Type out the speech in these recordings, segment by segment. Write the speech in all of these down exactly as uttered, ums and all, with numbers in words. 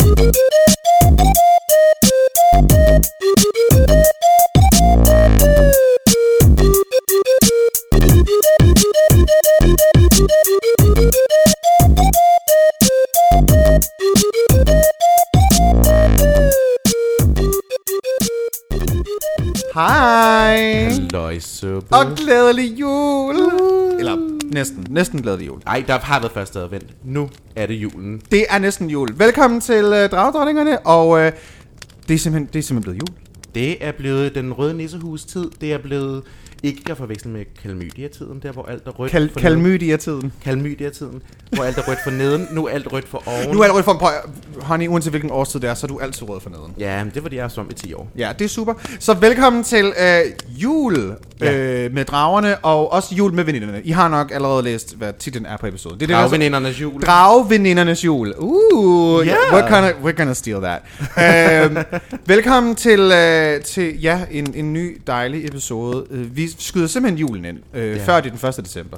Hej. Løgsuppe. Og glædelig jul. Uh. Eller næsten, næsten glædelig jul. Ej, der har været første advent. Nu er det julen. Det er næsten jul. Velkommen til uh, Dragedronningerne. Og uh, det, er simpelthen, det er simpelthen blevet jul. Det er blevet den røde nissehus-tid. Det er blevet ikke at forveksle med kalmydia-tiden, der hvor alt er rødt Kal- for Kalmydia-tiden. Kalmydia-tiden, hvor alt er rødt for neden. Nu er alt rødt for oven. Nu er alt rødt for en prøv. Honey, uanset hvilken årstid det er, så er du altid rød for neden. Ja, men det var det, jeg har som i ti år. Ja, det er super. Så velkommen til uh, jul ja. uh, med dragerne, og også jul med veninderne. I har nok allerede læst, hvad titlen er på episoden. Det er Dragvenindernes jul. Dragvenindernes jul. Uh, yeah. we're gonna, we're gonna steal that. uh, velkommen til, uh, til ja, en, en ny dejlig episode. Uh, vi skyder simpelthen julen ind, uh, yeah. før det er den første december.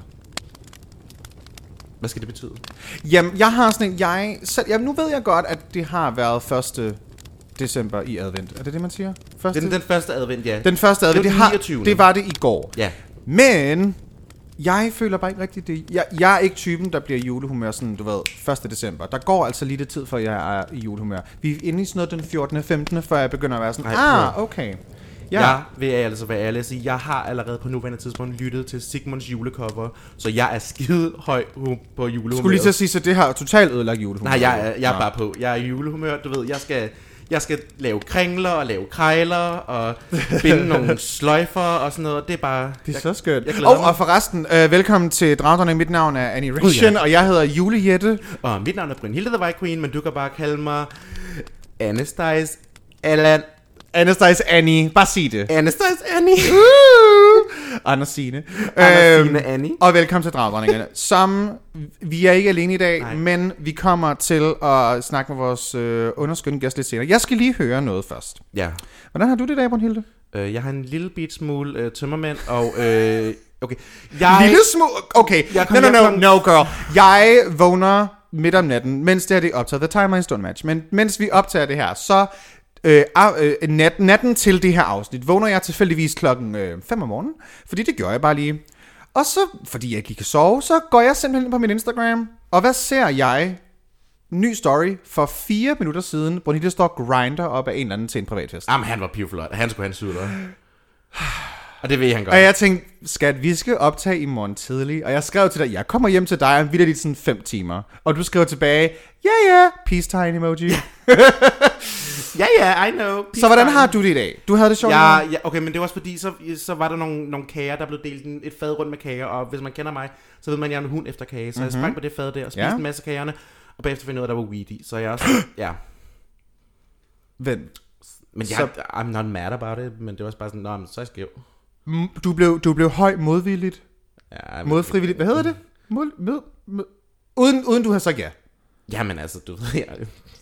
Hvad skal det betyde? Jamen, jeg har sådan en, jeg selv, jamen, nu ved jeg godt, at det har været første december i advent. Er det det, man siger? Første? Den, den første advent, ja. Den første advent, det, det, har, niogtyvende det var det i går. Ja. Men jeg føler bare ikke rigtigt det. Jeg, jeg er ikke typen, der bliver julehumør sådan, du ved, første december. Der går altså lidt tid, før jeg er i julehumør. Vi er inde i sådan noget den fjortende femtende før jeg begynder at være sådan, Ej, ah, okay. Ja. Jeg vil altså være ærlig at sige, jeg har allerede på nuværende tidspunkt lyttet til Sigmunds julecover, så jeg er skide høj på julehumør. Skulle lige til at sige, så det har totalt ødelagt julehumør? Nej, jeg er, jeg er bare på. Jeg er i julehumør, du ved, jeg skal... Jeg skal lave kringler og lave krejler og binde nogle sløjfer og sådan noget. Det er bare... Det er jeg, så skønt. Og, og forresten, øh, velkommen til Dragerne. Mit navn er Annie Ration, ja. Og jeg hedder Julejette. Og mit navn er Brynhilde the White Queen, men du kan bare kalde mig Anastais Allan. Anastais Annie. Bare sig det. Anastais Annie. Anders Signe. Anders Signe Annie. Og velkommen til Dragdronningerne. Som, vi er ikke alene i dag, Nej. men vi kommer til at snakke med vores øh, underskønne gæst lidt senere. Jeg skal lige høre noget først. Ja. Hvordan har du det i dag, Brynhilde? Øh, jeg har en lille bit smule øh, tømmermænd, og... Øh, okay. Jeg, lille smule? Okay. No, no, no, no, girl. Jeg vågner midt om natten, mens det her det er optaget. The timer is don't match. Men mens vi optager det her, så... Øh, øh, nat, natten til det her afsnit vågner jeg tilfældigvis klokken fem om morgenen, fordi det gjorde jeg bare lige. Og så, fordi jeg ikke lige kan sove, så går jeg simpelthen ind på min Instagram. Og hvad ser jeg? Ny story for fire minutter siden. Brynhilde står og grinder op af en eller anden til en privatfest. Jamen, han var pivflot. Han skulle have en sydler. Og det ved han godt. Og jeg tænkte, skat, vi skal optage i morgen tidlig. Og jeg skrev til dig, jeg kommer hjem til dig om vildt sådan fem timer. Og du skrev tilbage, ja ja, peace time emoji. Ja, ja, I know. Så hvordan har du det i dag? Du havde det sjovt? Ja, ja, okay, men det var også fordi, så, så var der nogle, nogle kager, der blev delt et fad rundt med kager, og hvis man kender mig, så ved man, at jeg er en hund efter kage. Så mm-hmm. jeg sprang på det fad der og spiste ja. en masse kagerne, og bagefter fandt jeg ud af, at der var weed i. Så jeg også, ja. Vent. Men jeg, så... I'm not mad about it, men det var også bare sådan, nå, men så er jeg skæv. Du blev, du blev høj modvilligt? Ja, modfrivilligt? Hvad hedder det? Mod, med, med, uden, uden du har sagt ja? Jamen altså, du ved, jeg...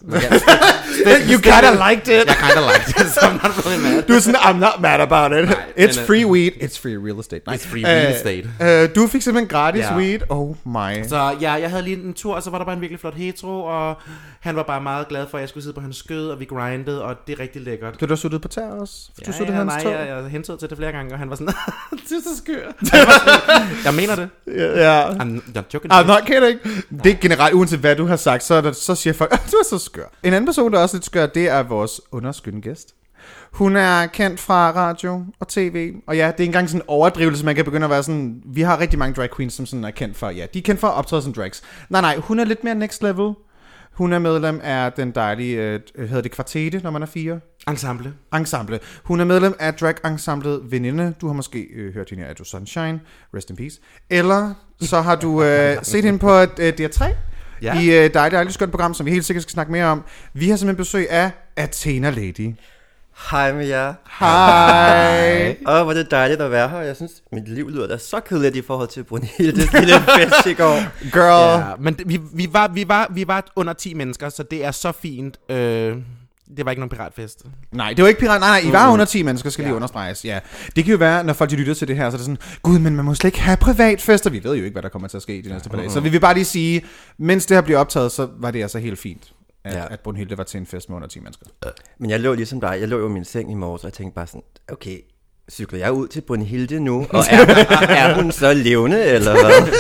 You kinda liked it. Jeg kinda liked it, so I'm not really mad. Du er sådan, I'm not mad about it. Nej, it's free weed. It's free real estate. Nej. It's free real estate. Uh, uh, du fik simpelthen gratis yeah. weed. Oh my. Så ja, jeg havde lige en tur, og så var der bare en virkelig flot hetero, og han var bare meget glad for, at jeg skulle sidde på hans skød, og vi grindede, og det er rigtig lækkert. Blev du suttet på tær også? Ja, du ja, hans nej, tog? jeg, jeg hentede til det flere gange, og han var sådan, du er så skør. Jeg mener det. Ja. I'm not joking. I'm not kidding. Nej. Det er generelt, uanset hvad du har sagt, så, der, så siger folk, du er så skør. En anden person, der er også lidt skør, det er vores underskønne gæst. Hun er kendt fra radio og tv, og ja, det er ikke engang sådan en overdrivelse, man kan begynde at være sådan, vi har rigtig mange drag queens, som sådan er kendt for, ja, de er kendt for at optræde som drags. Nej, nej, hun er lidt mere next level. Hun er medlem af den dejlige, øh, hedder det kvartete, når man er fire? Ensemble. Ensemble. Hun er medlem af drag-ensemblet Veninde. Du har måske øh, hørt hende i Ado Sunshine, rest in peace. Eller så har du øh, set hende på øh, D R tre. Ja. I øh, dejligt, dejligt skønt program, som vi helt sikkert skal snakke mere om. Vi har simpelthen besøg af Athena Lady. Hej med jer. Hej. Åh, hvor er det dejligt at være her. Jeg synes, mit liv lyder da så kedeligt i forhold til Brynhildes lille fest i går. Girl. Ja, men vi, vi, var, vi, var, vi var under ti mennesker, så det er så fint. Øh, det var ikke nogen piratfest. Nej, det var ikke pirat. Nej, nej, I var under ti mennesker, skal ja. lige understreges. Ja. Det kan jo være, når folk de lytter til det her, så er det sådan, gud, men man må slet ikke have privatfester. Vi ved jo ikke, hvad der kommer til at ske de næste par dage. Så vi vil bare lige sige, mens det her bliver optaget, så var det altså helt fint. at, ja. at Brunhilde var til en fest med under ti mennesker. Men jeg lå ligesom dig, jeg lå jo i min seng i morges, og jeg tænkte bare sådan, okay, cykler jeg ud til Brunhilde nu, og er, er hun så levende, eller hvad?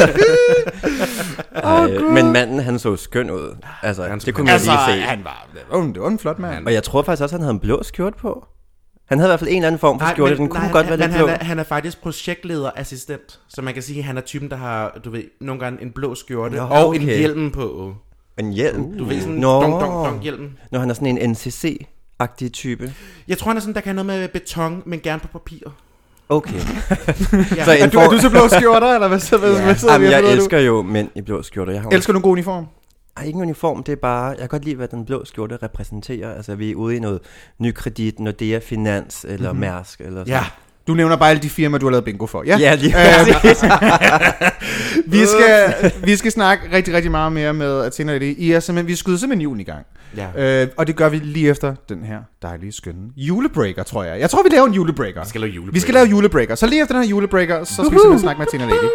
Ej, men manden, han så skøn ud. Altså, han det kunne man altså, lige se. Han var, det var en flot mand. Og jeg tror faktisk også, at han havde en blå skjort på. Han havde i hvert fald en eller anden form for nej, skjorte, men, den kunne nej, godt han, være lidt blå. Han er, han er faktisk projektlederassistent, så man kan sige, at han er typen, der har, du ved, nogle gange en blå skjorte Nå, og okay. en hjelm på. En hjelm? Uh. Du ved, sådan en dong, dong, dong hjelm. Når han er sådan en N C C-agtig type. Jeg tror, han er sådan, der kan have noget med beton, men gerne på papir. Okay. ja. Så er, du, er du så blå skjorter, eller hvad så? Ja. Hvad Jamen, jeg elsker du? jo mænd i blå skjorter. Jeg har elsker du en god uniform? Ej, ikke en uniform, det er bare, jeg kan godt lide, hvad den blå skjorte repræsenterer. Altså, vi er ude i noget Nykredit, Nordea Finans eller mm-hmm. Mærsk eller sådan. Ja, du nævner bare alle de firmaer, du har lavet bingo for. Ja, ja lige vi, skal, vi skal snakke rigtig, rigtig meget mere med Athena i det. I er simpelthen, vi skyder simpelthen julen i gang. Ja. Øh, og det gør vi lige efter den her dejlige, skønne julebreaker, tror jeg. Jeg tror, vi laver en julebreaker. Vi skal lave julebreaker. Vi skal lave julebreaker. Så lige efter den her julebreaker, så skal uh-huh. vi simpelthen snakke med Athena Lady.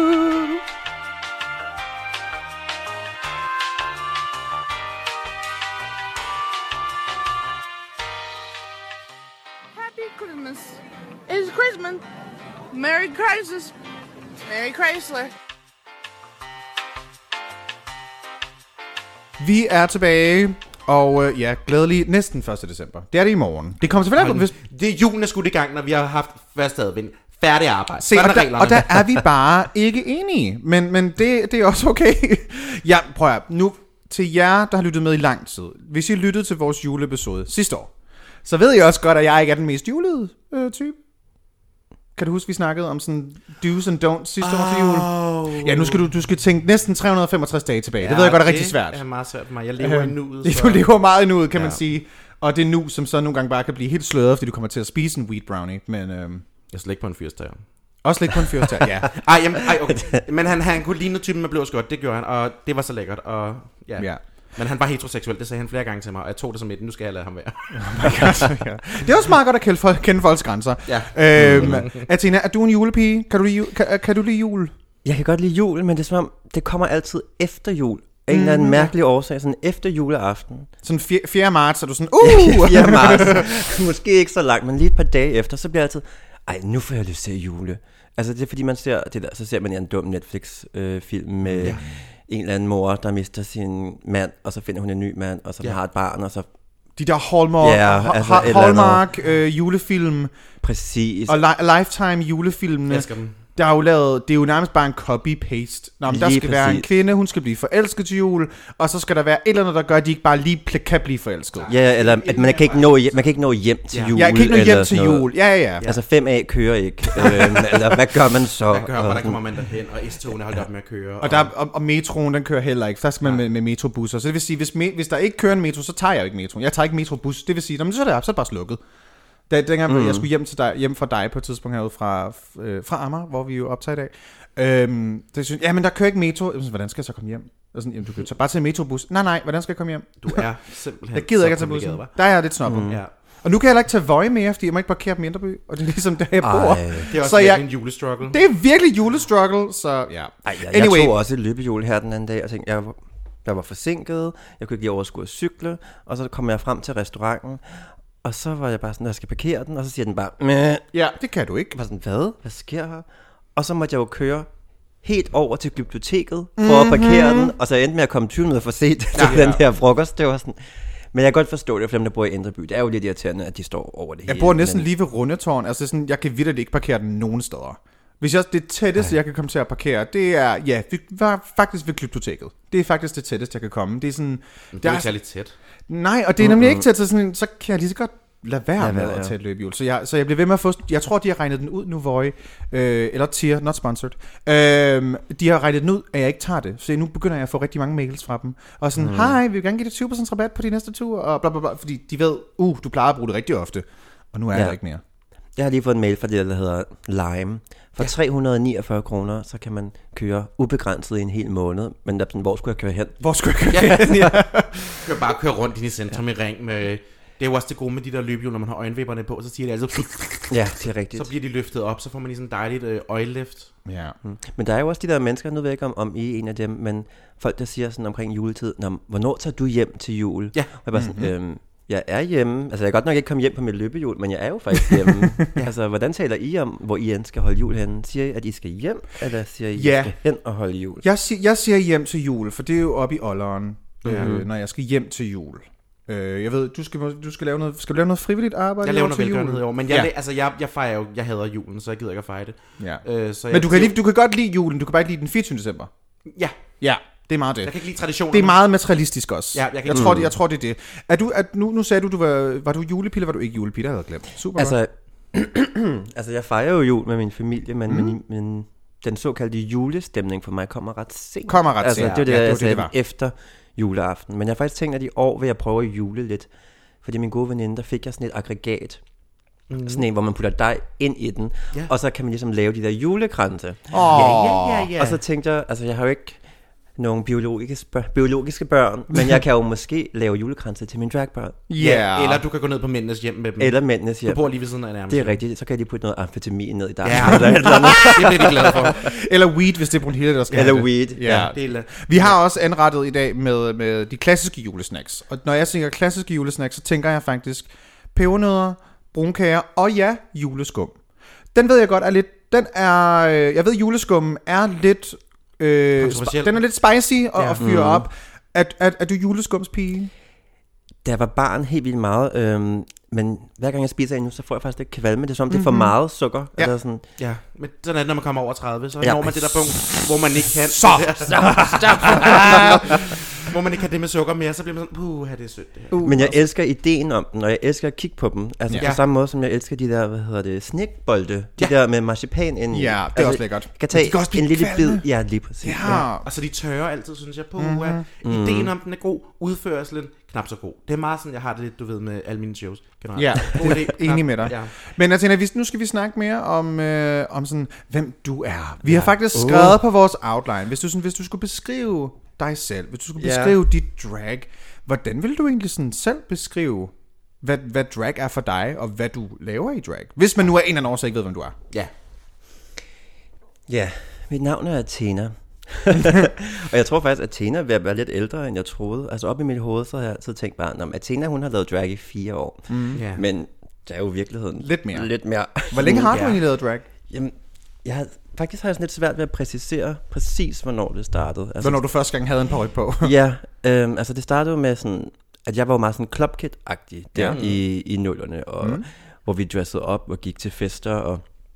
It's Christmas. Merry Christmas. Merry Chrysler. Vi er tilbage, og øh, ja, glædelig næsten første december. Det er det i morgen. Det kommer selvfølgelig hvis... Det er julen er skudt i gang, når vi har haft første advent. Færdig arbejde. Se, og, der, og der er vi bare ikke enige. Men, men det, det er også okay. Ja, prøv at nu til jer, der har lyttet med i lang tid. Hvis I lyttede til vores juleepisode sidste år, så ved I også godt, at jeg ikke er den mest julede øh, type. Kan du huske, vi snakkede om sådan do's and don'ts sidste oh. år til jul? Ja, nu skal du, du skal tænke næsten tre hundrede og femogtres dage tilbage. Ja, det ved jeg godt er rigtig svært. Det er meget svært for mig. Jeg lever øh, i nuet. Så... Du lever meget i nuet, kan ja. man sige. Og det er nu, som så nogle gange bare kan blive helt sløret, fordi du kommer til at spise en wheat brownie. Men, øhm... jeg slækker på en fyrstag. Også slækker på en fyrstag, ja. Ej, jamen, ej, okay. Men han, han kunne ligne typen med blå skjort, det gjorde han, og det var så lækkert. Og, ja. ja. Men han var heteroseksuel, det sagde han flere gange til mig, og jeg tog det som et, nu skal jeg lade ham være. Oh ja. Det er også meget godt at kende, folk, kende folks grænser. Ja. Øhm, Athena, er du en julepige? Kan du lide, kan, kan du lide jul? Jeg kan godt lide jul, men det er som om, det kommer altid efter jul. Af en eller anden mærkelig årsag, sådan efter juleaften. Sådan fjerde marts, er du sådan, uh! fjerde marts. Måske ikke så langt, men lige et par dage efter, så bliver jeg altid, ej, nu får jeg lyst til jule. Altså det er fordi, man ser det der, så ser man en dum Netflix-film øh, med... Ja. En eller anden mor, der mister sin mand, og så finder hun en ny mand, og så yeah. har et barn, og så... De der Hallmark, yeah, altså ha- Hallmark øh, julefilm. Præcis. Og li- Lifetime julefilmene. Jeg skal dem. Der er jo lavet, det er jo nærmest bare en copy-paste. Nå, men der skal præcis. være en kvinde, hun skal blive forelsket til jul, og så skal der være et eller andet, der gør, at de ikke bare lige pl- kan blive forelsket. Ja, eller at man kan ikke nå, man kan ikke nå hjem til jul. Ja, jeg kan ikke nå hjem til jul. Ja, ja, ja. Altså fem A kører ikke. øhm, eller hvad gør man så? Hvad gør man? Der kommer man derhen, og S-togene holdt op med at køre. Og, og, der, og, og metroen, den kører heller ikke. Der skal man med, med metrobusser. Så det vil sige, hvis, me, hvis der ikke kører en metro, så tager jeg jo ikke metroen. Jeg tager ikke metrobus. Det vil sige, jamen, så er det, så er det bare slukket. Da, dengang mm. jeg skulle hjem, til dig, hjem fra dig på et tidspunkt herude fra, øh, fra Amager, hvor vi jo optager i dag. Øhm, det synes, ja, men der kører ikke metro. Synes, hvordan skal jeg så komme hjem? Og sådan, jamen, du kan bare tage metrobus. Nej, nej, hvordan skal jeg komme hjem? Du er simpelthen jeg gider ikke at tage bussen. Der er jeg lidt snobbet. Mm. Ja. Og nu kan jeg heller ikke tage Vøje mere, fordi jeg må ikke parkere på Indreby. Og det er ligesom der, jeg bor. Ej, det er også så virkelig jeg, en julestruggle. Det er virkelig julestruggle, så ja. Ej, jeg, anyway. Jeg tog også et løbehjul her den anden dag, og tænkte, jeg, jeg var forsinket. Jeg kunne ikke lige overskue at cykle. Og så kom jeg frem til restauranten. Og så var jeg bare sådan, at jeg skal parkere den, og så siger den bare, meh. Ja, det kan du ikke. Jeg var sådan, hvad? Hvad sker her? Og så måtte jeg jo køre helt over til biblioteket for mm-hmm. at parkere den, og så endte med at komme tyve minutter for sent til ja, den her frokost. Det var sådan... Men jeg kan godt forstå det, for dem, der bor i Indre By. Det er jo lidt irriterende, at de står over det jeg hele. Jeg bor næsten men... lige ved Rundetårn. Altså sådan, jeg kan vitterligt ikke parkere den nogen steder. Hvis jeg, det tætteste, Ej. jeg kan komme til at parkere, det er, ja, det var faktisk ved biblioteket. Det er faktisk det tætteste, jeg kan komme. Det er sådan... Men det er ikke lidt tæt. Nej, og det er nemlig mm-hmm. ikke tæt, så, sådan, så kan jeg lige så godt lad være ja, med ja. at tage et løbehjul. Så jeg, så jeg bliver ved med at få... Jeg tror, de har regnet den ud nu, Voy. Øh, eller Tier, not sponsored. Øh, de har regnet den ud, at jeg ikke tager det. Så nu begynder jeg at få rigtig mange mails fra dem. Og sådan, mm. hej, vi vil gerne give dig tyve procent rabat på de næste tur. Og bla bla bla. Fordi de ved, uh, du plejer at bruge det rigtig ofte. Og nu er ja. der ikke mere. Jeg har lige fået en mail fra det, der hedder Lime. For ja. tre hundrede og niogfyrre kroner, så kan man køre ubegrænset i en hel måned. Men der, hvor skulle jeg køre hen? Hvor skulle jeg køre ja. hen? Ja. Du kan bare køre rundt ind i centrum ja. i ring med... Det er jo også det gode med de der løbehjul, når man har øjenvipperne på, så siger de altid... Ja, det er rigtigt. Så bliver de løftet op, så får man lige sådan en dejligt øh, øjelift. Ja. Mm. Men der er jo også de der mennesker, nu ved jeg ikke om, om I er en af dem, men folk der siger sådan omkring juletid, hvornår tager du hjem til jul? Ja. Og jeg bare sådan, mm-hmm. øhm, jeg er hjemme, altså jeg kan godt nok ikke komme hjem på mit løbehjul, men jeg er jo faktisk hjemme. Ja. Altså hvordan taler I om, hvor I end skal holde jul henne? Siger I, at I skal hjem, eller siger I, at ja. I skal hen og holde jul? Jeg, sig, jeg siger hjem til jul, for det er jo oppe i Olderen, mm-hmm. øh, når jeg skal hjem til jul. Øh, jeg ved, du skal, du skal lave noget, skal du lave noget frivilligt arbejde? Jeg laver noget velgørenhed i år, men jeg, ja. altså, jeg, jeg fejrer jo, jeg hader julen, så jeg gider ikke at fejre det. Ja. Øh, så men jeg, du kan, lide, du kan godt lide julen, du kan bare ikke lide den fireogtyvende december. Ja. Ja, det er meget det. Jeg kan ikke lide traditioner. Det er meget materialistisk også. Ja, jeg, kan jeg, tror, det, jeg tror, det er det. Er du, er, nu, nu sagde du, du var, var du julepige, eller var du ikke julepige? Det havde jeg glemt. Super altså, altså, jeg fejrer jo jul med min familie, men, mm. men, men den såkaldte julestemning for mig kommer ret sent. Kommer ret altså, sent, det var det, ja, der, det, jeg var sagde, det, det var. Efter juleaften. Men jeg har faktisk tænkt, at i år vil jeg prøve at jule lidt. Fordi min gode veninde, der fik jeg sådan et aggregat. Mm. Sådan en, hvor man putter dej ind i den. Yeah. Og så kan man ligesom lave de der julekranse. Oh. Ja, ja, ja, ja. Og så tænkte jeg, altså jeg har jo ikke nogle biologiske, bør- biologiske børn, men jeg kan jo måske lave julekranse til mine dragbørn. Yeah. Ja, eller du kan gå ned på mændenes hjem med dem. Eller mændenes hjem. Du bor lige ved siden af nærmest. Det er rigtigt, så kan de putte noget amfetamin ned i dig. Ja, eller eller andet. Det bliver de glade for. Eller weed, hvis det er Brunhilde, der skal Eller have weed, det. Ja. Det er Vi har også anrettet i dag med, med de klassiske julesnacks. Og når jeg tænker klassiske julesnacks, så tænker jeg faktisk pebernødder, brunkager og ja, juleskum. Den ved jeg godt er lidt... Den er... Jeg ved, juleskum er lidt... Øh, sp- den er lidt spicy og, ja. og fyre mm. op. Er, er, er du juleskumspige? Da jeg var barn helt vildt meget, øhm, men hver gang jeg spiser en nu, så får jeg faktisk lidt kvalme. Det er som, mm-hmm. det er for meget sukker. Ja. Eller sådan. Ja, men sådan er det, når man kommer over tredive, så ja. når man det der punkt, hvor man ikke kan... Så! hvor man ikke kan det med sukker mere, så bliver man sådan, puh, det er sødt det her. Uh, men jeg elsker ideen om dem, og jeg elsker at kigge på dem. Altså ja. på samme måde, som jeg elsker de der, hvad hedder det, snikbolde. De ja. der med marcipan ind i. Ja, det er altså, også lækkert. Jeg kan tage de kan også en lille kvalme. bid. Ja, lige præcis. Ja. Ja. Og så de tørrer altid, synes jeg, på. Mm-hmm. Ideen om den er god, udførselen knap så god. Det er meget sådan, jeg har det lidt, du ved, med alle mine shows. Generelt. Ja, god idé, enig med dig. Ja. Men Athena, nu skal vi snakke mere om, øh, om sådan, hvem du er. Vi ja. har faktisk oh. skrevet på vores outline, hvis du, sådan, hvis du skulle beskrive dig selv, hvis du skulle ja. beskrive dit drag, hvordan vil du egentlig sådan selv beskrive, hvad, hvad drag er for dig, og hvad du laver i drag? Hvis man nu er en eller anden årsag ikke ved, hvem du er. Ja. Ja, mit navn er Athena. Og jeg tror faktisk, at Athena vil være lidt ældre, end jeg troede. Altså op i mit hoved, så har jeg altid tænkt bare, at Athena, hun har lavet drag i fire år. Mm. Yeah. Men der er jo i virkeligheden lidt mere. Lidt mere. Hvor længe har du egentlig lavet drag? Jamen, jeg har, faktisk har jeg sådan lidt svært ved at præcisere præcis, hvornår det startede. Altså, hvornår du første gang havde en paryk på? Ja, øhm, altså det startede med sådan, at jeg var jo meget sådan clubkid-agtig der ja. i, i nullerne, og mm. hvor vi dressede op og gik til fester, og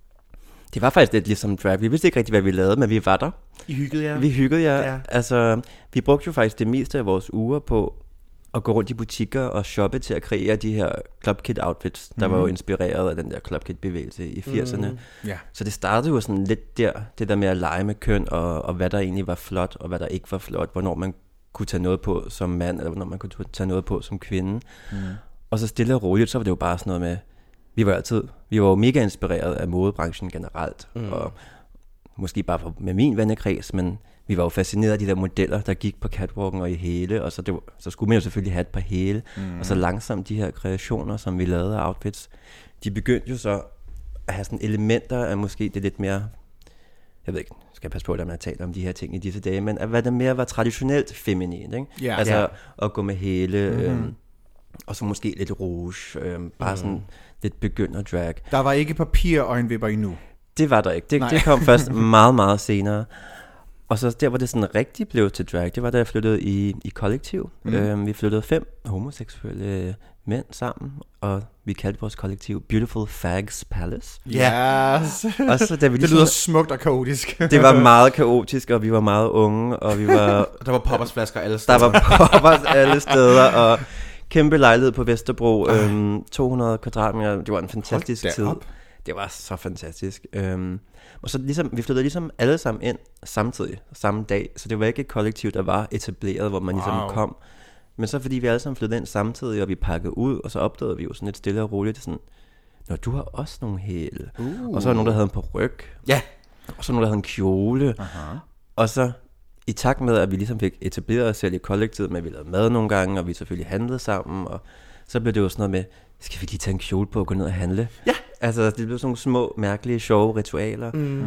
det var faktisk lidt ligesom drag. Vi vidste ikke rigtig, hvad vi lavede, men vi var der. I hyggede jer? Vi hyggede jer. Ja. Altså, vi brugte jo faktisk det meste af vores uger på at gå rundt i butikker og shoppe til at kreere de her Club Kid outfits, der mm. var jo inspireret af den der Club Kid bevægelse i firserne. Mm. Yeah. Så det startede jo sådan lidt der, det der med at lege med køn, og, og hvad der egentlig var flot, og hvad der ikke var flot, hvornår man kunne tage noget på som mand, eller hvornår man kunne tage noget på som kvinde. Mm. Og så stille og roligt, så var det jo bare sådan noget med, vi var altid, vi var jo mega inspireret af modebranchen generelt, mm. og måske bare for, med min vennekreds, men vi var jo fascineret af de der modeller, der gik på catwalken og i hæle, og så, det var, så skulle man jo selvfølgelig have et par hæle, mm. og så langsomt de her kreationer, som vi lavede af outfits, de begyndte jo så at have sådan elementer af måske det lidt mere, jeg ved ikke, skal jeg passe på, at man taler om de her ting i disse dage, men at hvad det mere var traditionelt feminint, ikke? Yeah, altså yeah. at gå med hæle, mm-hmm. øhm, og så måske lidt rouge, øhm, bare mm. sådan lidt begynder drag. Der var ikke papir og øjenvipper endnu. Det var der ikke. Det, det kom først meget, meget senere. Og så der, hvor det sådan rigtig blev til drag, det var da jeg flyttede i, i kollektiv. Mm. Øhm, vi flyttede fem homoseksuelle mænd sammen, og vi kaldte vores kollektiv Beautiful Fags Palace. Ja. Yes. Og så, da vi det ligesom, lyder smukt og kaotisk. Det var meget kaotisk, og vi var meget unge, og vi var... der var poppersflasker alle steder. Der var poppers alle steder, og kæmpe lejlighed på Vesterbro, øhm, to hundrede kvadratmeter. Det var en fantastisk tid. Op. Det var så fantastisk. Øhm, og så ligesom, vi flyttede ligesom alle sammen ind samtidig, samme dag. Så det var ikke et kollektiv, der var etableret, hvor man wow. ligesom kom. Men så fordi vi alle sammen flyttede ind samtidig, og vi pakkede ud, og så opdagede vi jo sådan lidt stille og roligt, sådan, nå, du har også nogle hæle. Uh. Og så var nogen, der havde en paryk. Ja. Og så nogen, der havde en kjole. Uh-huh. Og så i takt med, at vi ligesom fik etableret os selv i kollektivet, med at vi lavede mad nogle gange, og vi selvfølgelig handlede sammen, og så blev det jo sådan noget med, skal vi lige tage en kjole på og gå ned og handle? Ja. Altså, det blev sådan nogle små, mærkelige, sjove ritualer. Mm.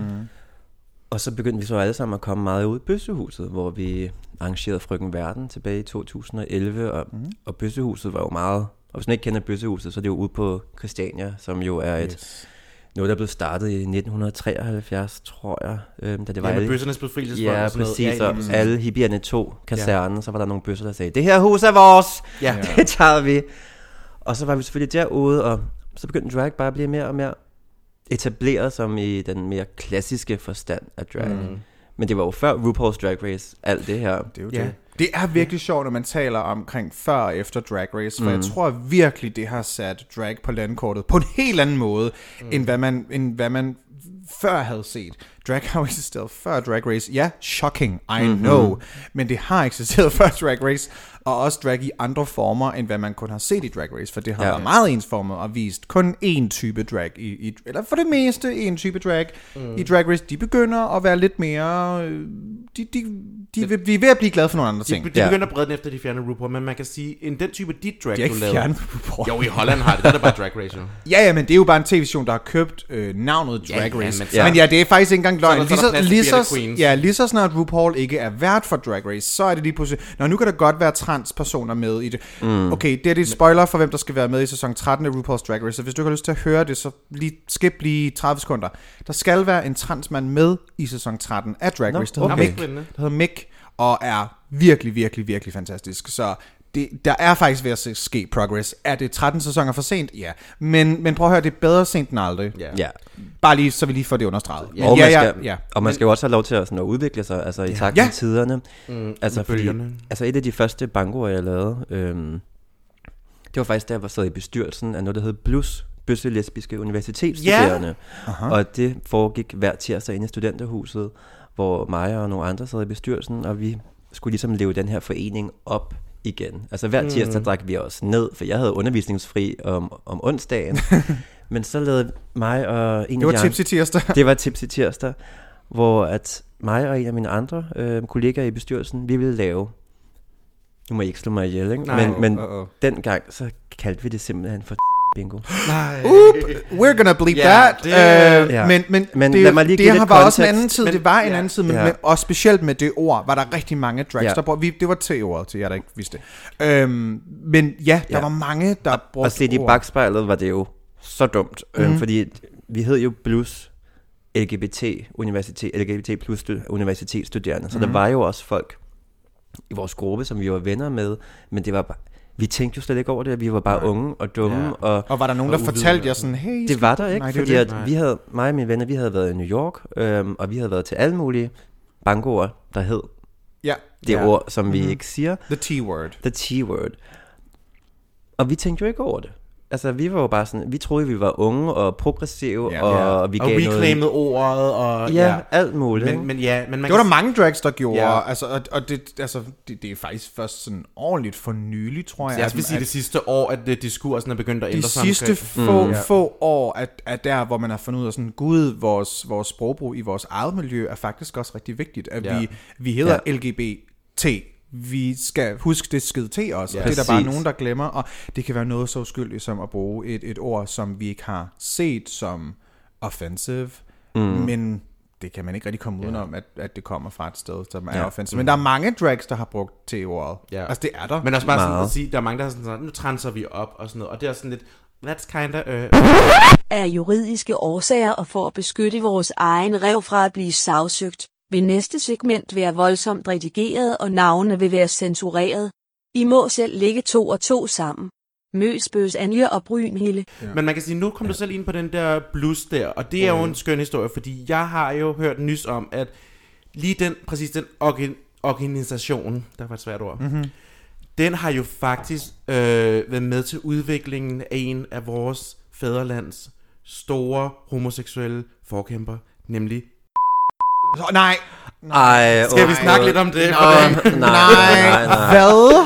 Og så begyndte vi så alle sammen at komme meget ud i Bøssehuset, hvor vi arrangerede Frøken Verden tilbage i to tusind og elleve, og, mm. og Bøssehuset var jo meget, og hvis man ikke kender Bøssehuset, så er det jo ude på Christiania, som jo er et, yes. noget, der blev startet i nitten treoghalvfjerds, tror jeg. Øhm, da det var ja, alle, bøssernes befrielsesfolk. Ja, præcis, og ja, alle hippierne tog kasernen, ja. Så var der nogle bøsser, der sagde, det her hus er vores, ja. Det tager vi. Og så var vi selvfølgelig derude, og så begyndte drag bare at blive mere og mere etableret som i den mere klassiske forstand af drag. Mm. Men det var jo før RuPaul's Drag Race, alt det her. Det er jo ja. det. Det er virkelig sjovt, når man taler omkring før og efter Drag Race, for mm. jeg tror virkelig, det har sat drag på landkortet på en helt anden måde, mm. end, hvad man, end hvad man før havde set. Drag har eksisteret før Drag Race. Ja, shocking, I mm-hmm. know. Men det har eksisteret før Drag Race, og også drag i andre former, end hvad man kun har set i Drag Race, for det har ja. været meget ensformet og vist kun én type drag, i, i, eller for det meste én type drag mm. i Drag Race. De begynder at være lidt mere... De, de, de, de, de er ved at blive glade for nogle andre ting. De, de begynder at brede den efter, de fjerner RuPaul, men man kan sige, en den type dit drag, de du lavede... fjernet RuPaul. Jo, i Holland har det, der er det bare Drag Race. Jo. Ja, ja, men det er jo bare en tv-station, der har købt øh, navnet Drag ja, Race. Ja, men, men ja, det er faktisk ikke engang løgn. Lige så, lige, så, ja, lige så snart RuPaul ikke er vært for Drag Race, så er det lige pludselig... Nå, nu kan der godt være transpersoner med i det. Mm. Okay, det er det spoiler for, hvem der skal være med i sæson tretten af RuPaul's Drag Race. Så hvis du ikke har lyst til at høre det, så lige skip lige tredive sekunder. Der skal være en transmand med i sæson tretten af Drag Race, der, okay. hedder, Mick, der hedder Mick, og er virkelig, virkelig, virkelig fantastisk. Så det, der er faktisk ved at ske progress. Er det tretten sæsoner for sent? Ja. Men, men prøv at høre, det er bedre sent end aldrig. Yeah. Ja. Bare lige, så vi lige får det understreget. Ja. Og, ja, man skal, ja, ja. og man skal jo også have lov til at, sådan, at udvikle sig, altså i takt med ja. tiderne. Mm, altså, fordi, altså et af de første bangoer, jeg lavede, øhm, det var faktisk der, jeg var sad i bestyrelsen af noget, der hed Blus, Bøsse Lesbiske Universitetsstuderende. Yeah. Og det foregik hver tirsdag inde i studenterhuset, hvor mig og nogle andre sad i bestyrelsen, og vi skulle ligesom leve den her forening op igen. Altså hver tirsdag mm. drak vi os ned, for jeg havde undervisningsfri om, om onsdagen. Men så lavede mig og en det var Tipsy tirsdag. Det var Tipsy tirsdag, hvor at mig og en af mine andre øh, kollegaer i bestyrelsen, vi ville lave, nu må I ikke slå mig ihjel, ikke? Nej, men, men uh-oh. dengang så kaldte vi det simpelthen for bingo. Nej. Oop, we're gonna bleep yeah, that. Det, uh, ja. Men, men, men det, det, det har var også en anden tid. Men, det var en ja, anden tid, men, ja. men og specielt med det ord var der rigtig mange drags ja. der brugte. Det var T-ordet til jer, der ikke vidste det. Um, men ja, der ja. var mange der og, brugte. Og set i bagspejlet var det jo så dumt, mm. øhm, fordi vi hed jo Blus L G B T Universitet, L G B T plus universitetsstuderende, så mm. der var jo også folk i vores gruppe, som vi var venner med, men det var bare, vi tænkte jo slet ikke over det, vi var bare ja. unge og dumme. Ja. Og, og var der nogen, der fortalte jer sådan, hey... Det var der ikke, nej, fordi at vi havde, mig og mine venner, vi havde været i New York, øhm, og vi havde været til alle mulige bangoer, der hed ja. det ja. ord, som mm-hmm. vi ikke siger. The T-word. The T-word. Og vi tænkte jo ikke over det. Altså, vi var jo bare sådan, vi troede, vi var unge og progressive, ja, og ja. vi gav og noget... Og reclaimede ordet, og... Ja, ja. alt muligt. Men, men ja, men man det var der mange drags, der gjorde, ja. altså, og, og det, altså, det, det er faktisk først sådan ordentligt for nylig, tror jeg. Så jeg vil sige, at det sidste år, at det, diskursen er begyndt at ændre sig. De sidste få, mm. få år er, er der, hvor man har fundet ud af sådan, gud, vores, vores sprogbrug i vores eget miljø er faktisk også rigtig vigtigt, at ja. vi, vi hedder ja. L G B T. Vi skal huske det skide til os, ja, det er der bare nogen, der glemmer, og det kan være noget så uskyldigt som at bruge et, et ord, som vi ikke har set som offensive, mm. men det kan man ikke rigtig komme udenom, at, at det kommer fra et sted, som er ja. offensive. Men der er mange drags, der har brugt T-ordet. Ja. Altså det er der. Men også bare sådan at sige, der er mange, der er sådan, sådan, nu transer vi op og sådan noget, og det er sådan lidt, that's kinda... Uh... Af juridiske årsager og for at beskytte vores egen rev fra at blive sagsøgt, vil næste segment være voldsomt redigeret, og navnene vil være censureret. I må selv lægge to og to sammen. Møsbøs, Anja og Brynhilde. Ja. Men man kan sige, nu kom du selv ind på den der blues der, og det er mm. jo en skøn historie, fordi jeg har jo hørt nys om, at lige den, præcis den organ- organisation, der var et svært ord, mm-hmm. den har jo faktisk øh, været med til udviklingen af en af vores fædrelands store homoseksuelle forkæmper, nemlig Oh, nej. nej. Skal okay. vi snakke lidt om det? Nej, nej, nej, nej. Hvad?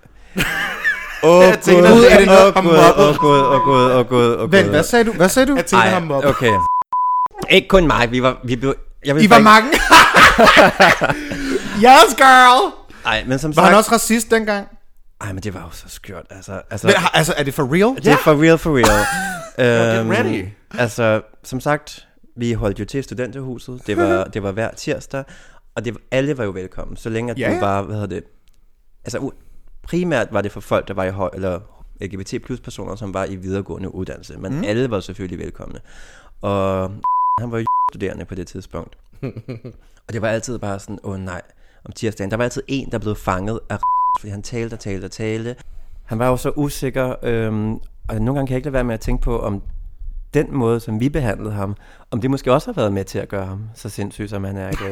Åh gud, åh gud, åh gud, åh gud, åh gud, åh gud. Vent, hvad sagde du? Hvad sagde du? Jeg tænker ham op. Okay. Ikke kun mig, vi var, vi blev... Jeg vil I var mange? Yes, girl! Nej, men som var sagt... han også racist dengang? Ej, men det var jo så skørt. Altså, altså, Men, altså er det for real? det er for real, for real. Get ready. Altså, som sagt, vi holdt jo til studenterhuset. Det var, det var hver tirsdag, og det, alle var jo velkommen, så længe at Ja, du ja. var, hvad hedder det, altså primært var det for folk, der var i høj, eller L G B T plus personer, som var i videregående uddannelse, men mm. alle var selvfølgelig velkomne. Og han var jo studerende på det tidspunkt. Og det var altid bare sådan, åh nej, om tirsdagen, der var altid en, der blev fanget af fordi han talte og talte og talte. Han var jo så usikker, øhm, og nogle gange kan jeg ikke lade være med at tænke på, om den måde, som vi behandlede ham, om det måske også har været med til at gøre ham så sindssyg, som han er i dag.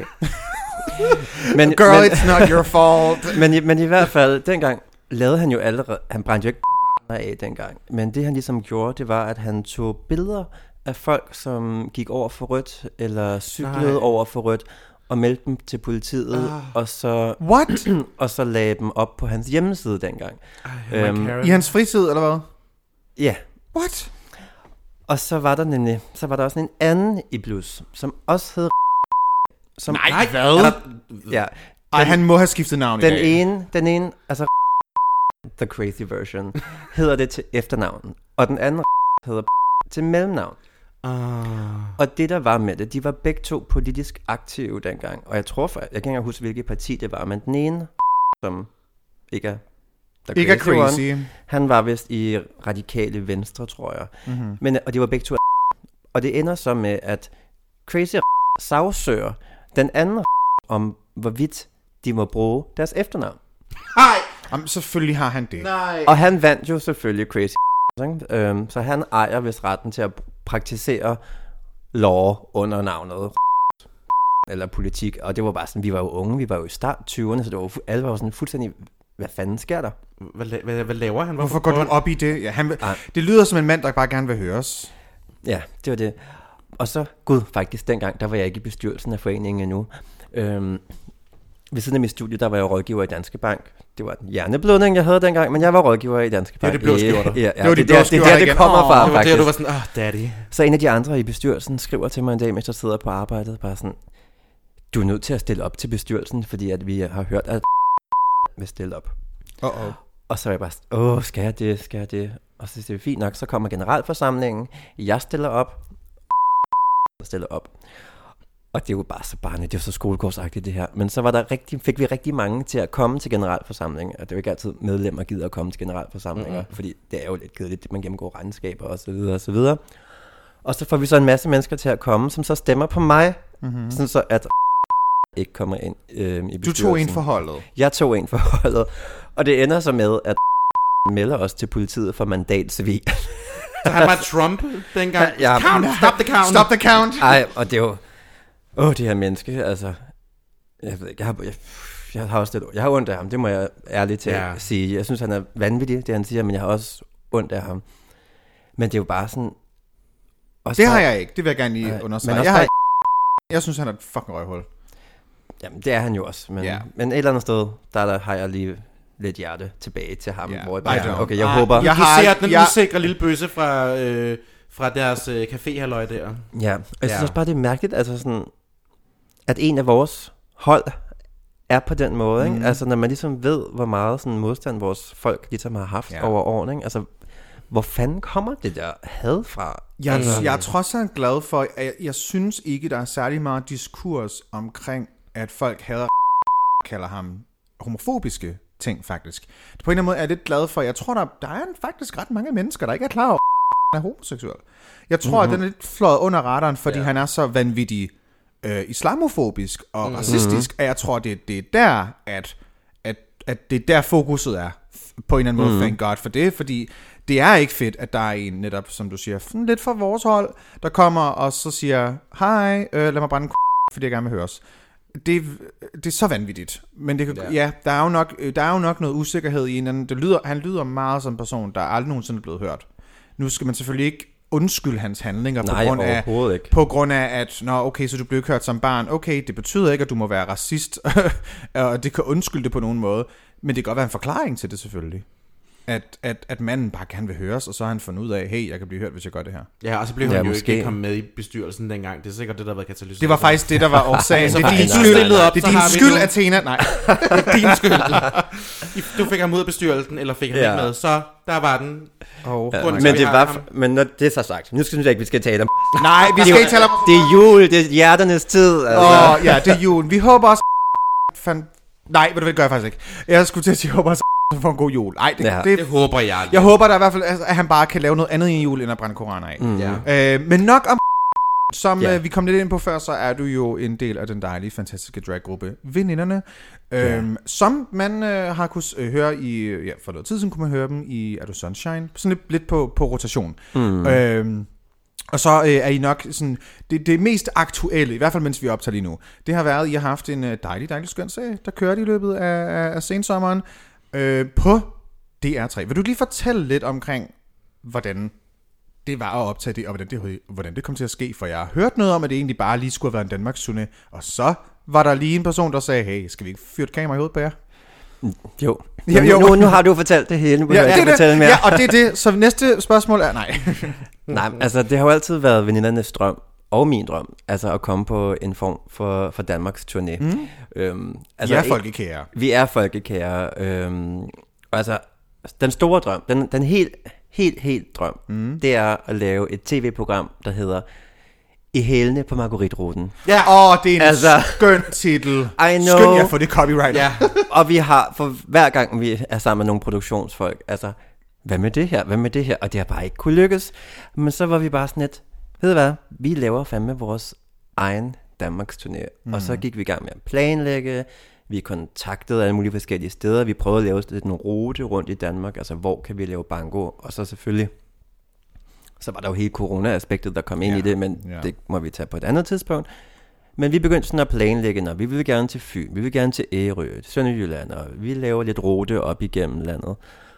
men, Girl, men, it's not your fault. men, i, men i hvert fald, dengang lavede han jo allerede, han brændte jo ikke af dengang, men det han ligesom gjorde, det var, at han tog billeder af folk, som gik over for rødt, eller cyklede Nej. over for rødt, og meldte dem til politiet, Ah. og så What? og så lagde dem op på hans hjemmeside dengang. Ej, Øhm, I hans fritid, eller hvad? Ja, What? og så var der nemlig, så var der også en anden i Blues, som også hed som, Nej, hvad? Er der, ja, Ej, han må have skiftet navn den i dag. ene, den ene, altså the crazy version, hedder det til efternavn, og den anden hedder til mellemnavn. uh, Og det der var med det, de var begge to politisk aktive dengang, og jeg tror, for, jeg kan ikke engang huske, hvilket parti det var, men den ene, som ikke er the Ikke er crazy crazy. one, han var vist i radikale venstre, tror jeg. Mm-hmm. Men, og de var begge to. Og det ender så med, at Crazy sagsøger den anden om, hvorvidt de må bruge deres efternavn. Ej! Jamen, selvfølgelig har han det. nej. Og han vandt jo selvfølgelig Crazy, ikke? Øhm, så han ejer vist retten til at praktisere lov under navnet eller politik. Og det var bare sådan, vi var jo unge, vi var jo i start tyverne, så det var jo, alle var jo sådan fuldstændig, hvad fanden sker der? Hvad, la- hvad, hvad laver han? Hvorfor går du op i det? Ja, han vil, Ej. det lyder som en mand, der bare gerne vil høres. Ja, det var det. Og så, gud, faktisk dengang, der var jeg ikke i bestyrelsen af foreningen endnu. Øhm, ved siden af mit studie, der var jeg rådgiver i Danske Bank. Det var en hjerneblødning, jeg havde dengang, men jeg var rådgiver i Danske Bank. Det var de blå skjorter. Ja, ja, Det var de det, blå der, det, skjorter der, det igen. kommer Åh, fra, Det var faktisk. det, du var sådan, åh, oh, daddy. Så en af de andre i bestyrelsen skriver til mig en dag, mens jeg sidder på arbejdet, bare sådan, du er nødt til at stille op til bestyrelsen, fordi at vi har hørt, at vil stille op. Uh-oh. Og så er jeg bare sådan, åh, skal jeg det, skal jeg det? Og så siger vi, fint nok, så kommer generalforsamlingen, jeg stiller op, stiller op. Og det er jo bare så barnet, det er jo så skolegårdsagtigt det her. Men så var der rigtig, fik vi rigtig mange til at komme til generalforsamlingen. Og det er jo ikke altid medlemmer gider at komme til generalforsamlinger, mm-hmm. fordi det er jo lidt kedeligt, man gennemgår regnskaber og så videre og så videre. Og så får vi så en masse mennesker til at komme, som så stemmer på mig, mm-hmm. sådan så at ikke kommer ind øh, i bestyrelsen. Du tog en for holdet. Jeg tog en for holdet. Og det ender så med, at melder os til politiet for mandatsvig. Så han var Trump dengang. Ja. Count, stop the count. Stop the count. Ej, og det er jo... Åh, det her menneske, altså... Jeg ved ikke, jeg har, jeg, jeg har også lidt... Jeg har ondt af ham, det må jeg ærligt til Ja. at sige. Jeg synes, han er vanvittig, det han siger, men jeg har også ondt af ham. Men det er jo bare sådan... Også Det bare, har jeg ikke. Det vil jeg gerne lige Nej, understrege. men også Jeg, har bare- ikke, jeg synes, han er et fucking røghul. Jamen, det er han jo også. Men, Ja. men et eller andet sted, der, der har jeg lige lidt hjerte tilbage til ham. Ja, Hvor jeg I bare, don't. okay, jeg Ej, håber... jeg Jeg har har ser ikke- den jeg- usikre lille bøsse fra, øh, fra deres øh, café-halløj der. Ja, og jeg synes Ja. også bare, det er mærkeligt, altså sådan, at en af vores hold er på den måde, ikke? Mm. Altså når man ligesom ved, hvor meget sådan modstand vores folk ligesom har haft Ja. ja. over årene, ikke? Altså, hvor fanden kommer det der had fra? Jeg, Altså- jeg er trods alt glad for, at jeg, jeg synes ikke, der er særlig meget diskurs omkring, at folk hader kalder ham homofobiske ting, faktisk. På en eller anden måde er jeg lidt glad for, jeg tror, der, der er faktisk ret mange mennesker, der ikke er klar over, at han er homoseksuel. Jeg tror, mm-hmm. at den er lidt fløjet under radaren, fordi ja. han er så vanvittig øh, islamofobisk og mm-hmm. racistisk, at jeg tror, det, det er der, at, at, at det er der fokuset er, på en eller anden måde, mm-hmm. thank God for det, fordi det er ikke fedt, at der er en netop, som du siger, sådan lidt fra vores hold, der kommer og så siger, hej, øh, lad mig brænde k***, fordi jeg gerne vil høres. Det, det er så vanvittigt, men det kan, ja. ja, der er jo nok, der er jo nok noget usikkerhed i en anden. Det lyder, han lyder meget som en person, der aldrig nogensinde er blevet hørt. Nu skal man selvfølgelig ikke undskylde hans handlinger på Nej, grund af, overhovedet ikke. på grund af, at nå, okay, så du blev ikke hørt som barn. Okay, det betyder ikke, at du må være racist, og det kan undskylde det på nogen måde, men det kan godt være en forklaring til det selvfølgelig. At, at, at manden bare gerne vil høres, og så har han fundet ud af, hey, jeg kan blive hørt, hvis jeg gør det her. Ja, og så blev han Ja, jo måske. ikke kommet med i bestyrelsen dengang. Det er sikkert det, der har været katalysator. Det var faktisk det, der var årsagen. Så Det er har din du skyld, stillet op, det så er din har vi skyld nu- Athena. Nej. din skyld. du fik ham ud af bestyrelsen, eller fik ham Ja. ikke med, så der var den. Oh. Ja, Grunden til, men vi det har var, ham. f- men når det er så sagt, nu synes jeg ikke, vi skal tale om. Nej, vi skal ikke tale om... Det er jul, det er hjerternes tid. Altså. Åh, oh, ja, det er julen. Vi håber også... Fan... Nej, ved du hvad, det gør jeg faktisk ikke. Jeg skulle til at sige, jeg håber også, at får en god jul. Nej, det, Ja. det, Det håber jeg. jeg håber da i hvert fald, at han bare kan lave noget andet i en jul, end at brænde koraner af. Mm. Ja. Øh, men nok om... Som Ja. øh, vi kom lidt ind på før, så er du jo en del af den dejlige, fantastiske draggruppe Veninderne. Øhm, Ja. Som man øh, har kunnet øh, høre i... Ja, for noget tid siden kunne man høre dem i Er du Sunshine? Sådan lidt, lidt på, på rotation. Mm. Øhm, og så øh, er I nok sådan... Det, det mest aktuelle, i hvert fald mens vi optager lige nu, det har været, at I har haft en øh, dejlig, dejlig skøn serie, der kørte i løbet af, af, af sensommeren øh, på D R tre. Vil du lige fortælle lidt omkring, hvordan det var at optage det, og hvordan det, hvordan det kom til at ske? For jeg har hørt noget om, at det egentlig bare lige skulle have været en Danmarks turné, og så var der lige en person, der sagde, hey, skal vi ikke fyre et kamera i hovedet på jer? Jo. Ja, Ja, jo. nu, nu har du fortalt det hele, nu behøver Ja, jeg det ikke er fortælle det. mere. Ja, og det er det. Så næste spørgsmål er, nej. Nej, altså det har jo altid været venindernes drøm, og min drøm, altså at komme på en form for, for Danmarks turné. Mm. Øhm, altså, Jeg er folkekære. Vi er folkekære. Øhm, altså, den store drøm, den, den helt, helt, helt drøm, mm. det er at lave et tv-program, der hedder I hælene på Marguerite-ruten. Ja, åh, det er en altså, Altså- skøn titel. I know. Skøn, jeg får det copyright. Ja. Og vi har, for hver gang vi er sammen med nogle produktionsfolk, altså, hvad med det her, hvad med det her? Og det har bare ikke kunne lykkes. Men så var vi bare sådan lidt, ved du hvad, vi laver fandme vores egen Danmarks turné. Mm. Og så gik vi i gang med at planlægge, vi kontaktede alle mulige forskellige steder, vi prøvede at lave lidt en rute rundt i Danmark, altså hvor kan vi lave banko, og så selvfølgelig, så var der jo hele corona-aspektet, der kom ind Ja, i det, men ja. det må vi tage på et andet tidspunkt. Men vi begyndte sådan at planlægge, når vi vil gerne til Fyn, vi vil gerne til Ærø, til Sønderjylland, og vi laver lidt rute op igennem landet.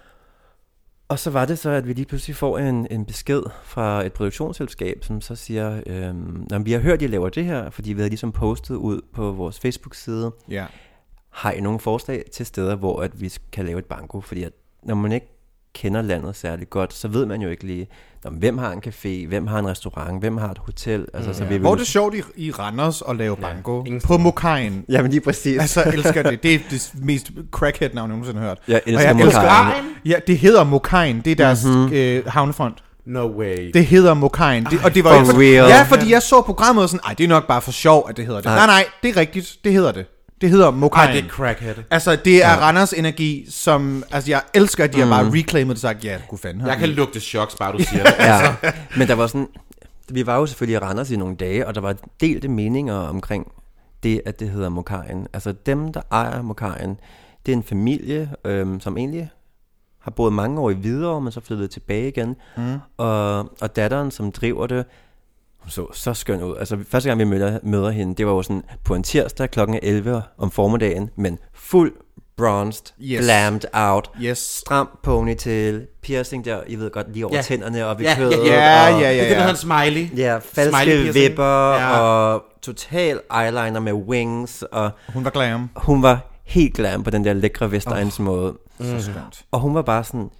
Og så var det så, at vi lige pludselig får en, en besked fra et produktionsselskab, som så siger, øhm, når vi har hørt, at I laver det her, fordi vi havde ligesom postet ud på vores Facebook-side, Ja. har I nogle forslag til steder, hvor at vi kan lave et banko? Fordi at, når man ikke kender landet særlig godt, så ved man jo ikke lige, når, hvem har en café, hvem har en restaurant, hvem har et hotel. Altså, mm, så Ja. vi Hvor er vil... det sjovt i, i Randers at lave banko. ingen På Mokajen. Jamen lige præcis. Altså, jeg elsker det. Det er det mest crackhead-navn, jeg nogensinde har hørt. Jeg Og elsker jeg elsker Mokajen. Ja, det hedder Mokajen. Det er deres Mhm. øh, havnefront. No way. Det hedder Mokajen. Det, og det var For ikke for, real. Ja, fordi jeg så programmet og sådan, ej, det er nok bare for sjov, at det hedder det. Nej. Nej, nej, det er rigtigt. Det hedder det. Det hedder Ej, Mokajen. det er crackhead. Altså, det er ja. Randers energi, som... Altså, jeg elsker, at de mm. har bare reclaimet det og sagt, ja, gud fanden. Jeg kan lugte choks, bare du siger det. Ja, men der var sådan, vi var jo selvfølgelig i Randers i nogle dage, og der var delte meninger omkring det, at det hedder Mokajen. Altså dem, der ejer Mokajen, det er en familie, øhm, som egentlig har boet mange år i Hvidovre, men så flyttet tilbage igen. Mm. Og, og datteren, som driver det, hun så så skøn ud. Altså første gang vi møder, møder hende, det var jo sådan på en tirsdag klokken elleve om formiddagen, men fuld bronzed, Yes. glammed out, Yes. stram ponytail, piercing der, I ved godt, lige over Ja. tænderne og ved Ja, ja, kødet. Ja, og, ja, Det ja, er det, der ja. hedder en smiley. Ja, falske Smiley piercing. vipper Ja. og total eyeliner med wings, og Hun var glam. hun var helt glam på den der lækre Vestegns oh. måde. Så skønt. Og hun var bare sådan,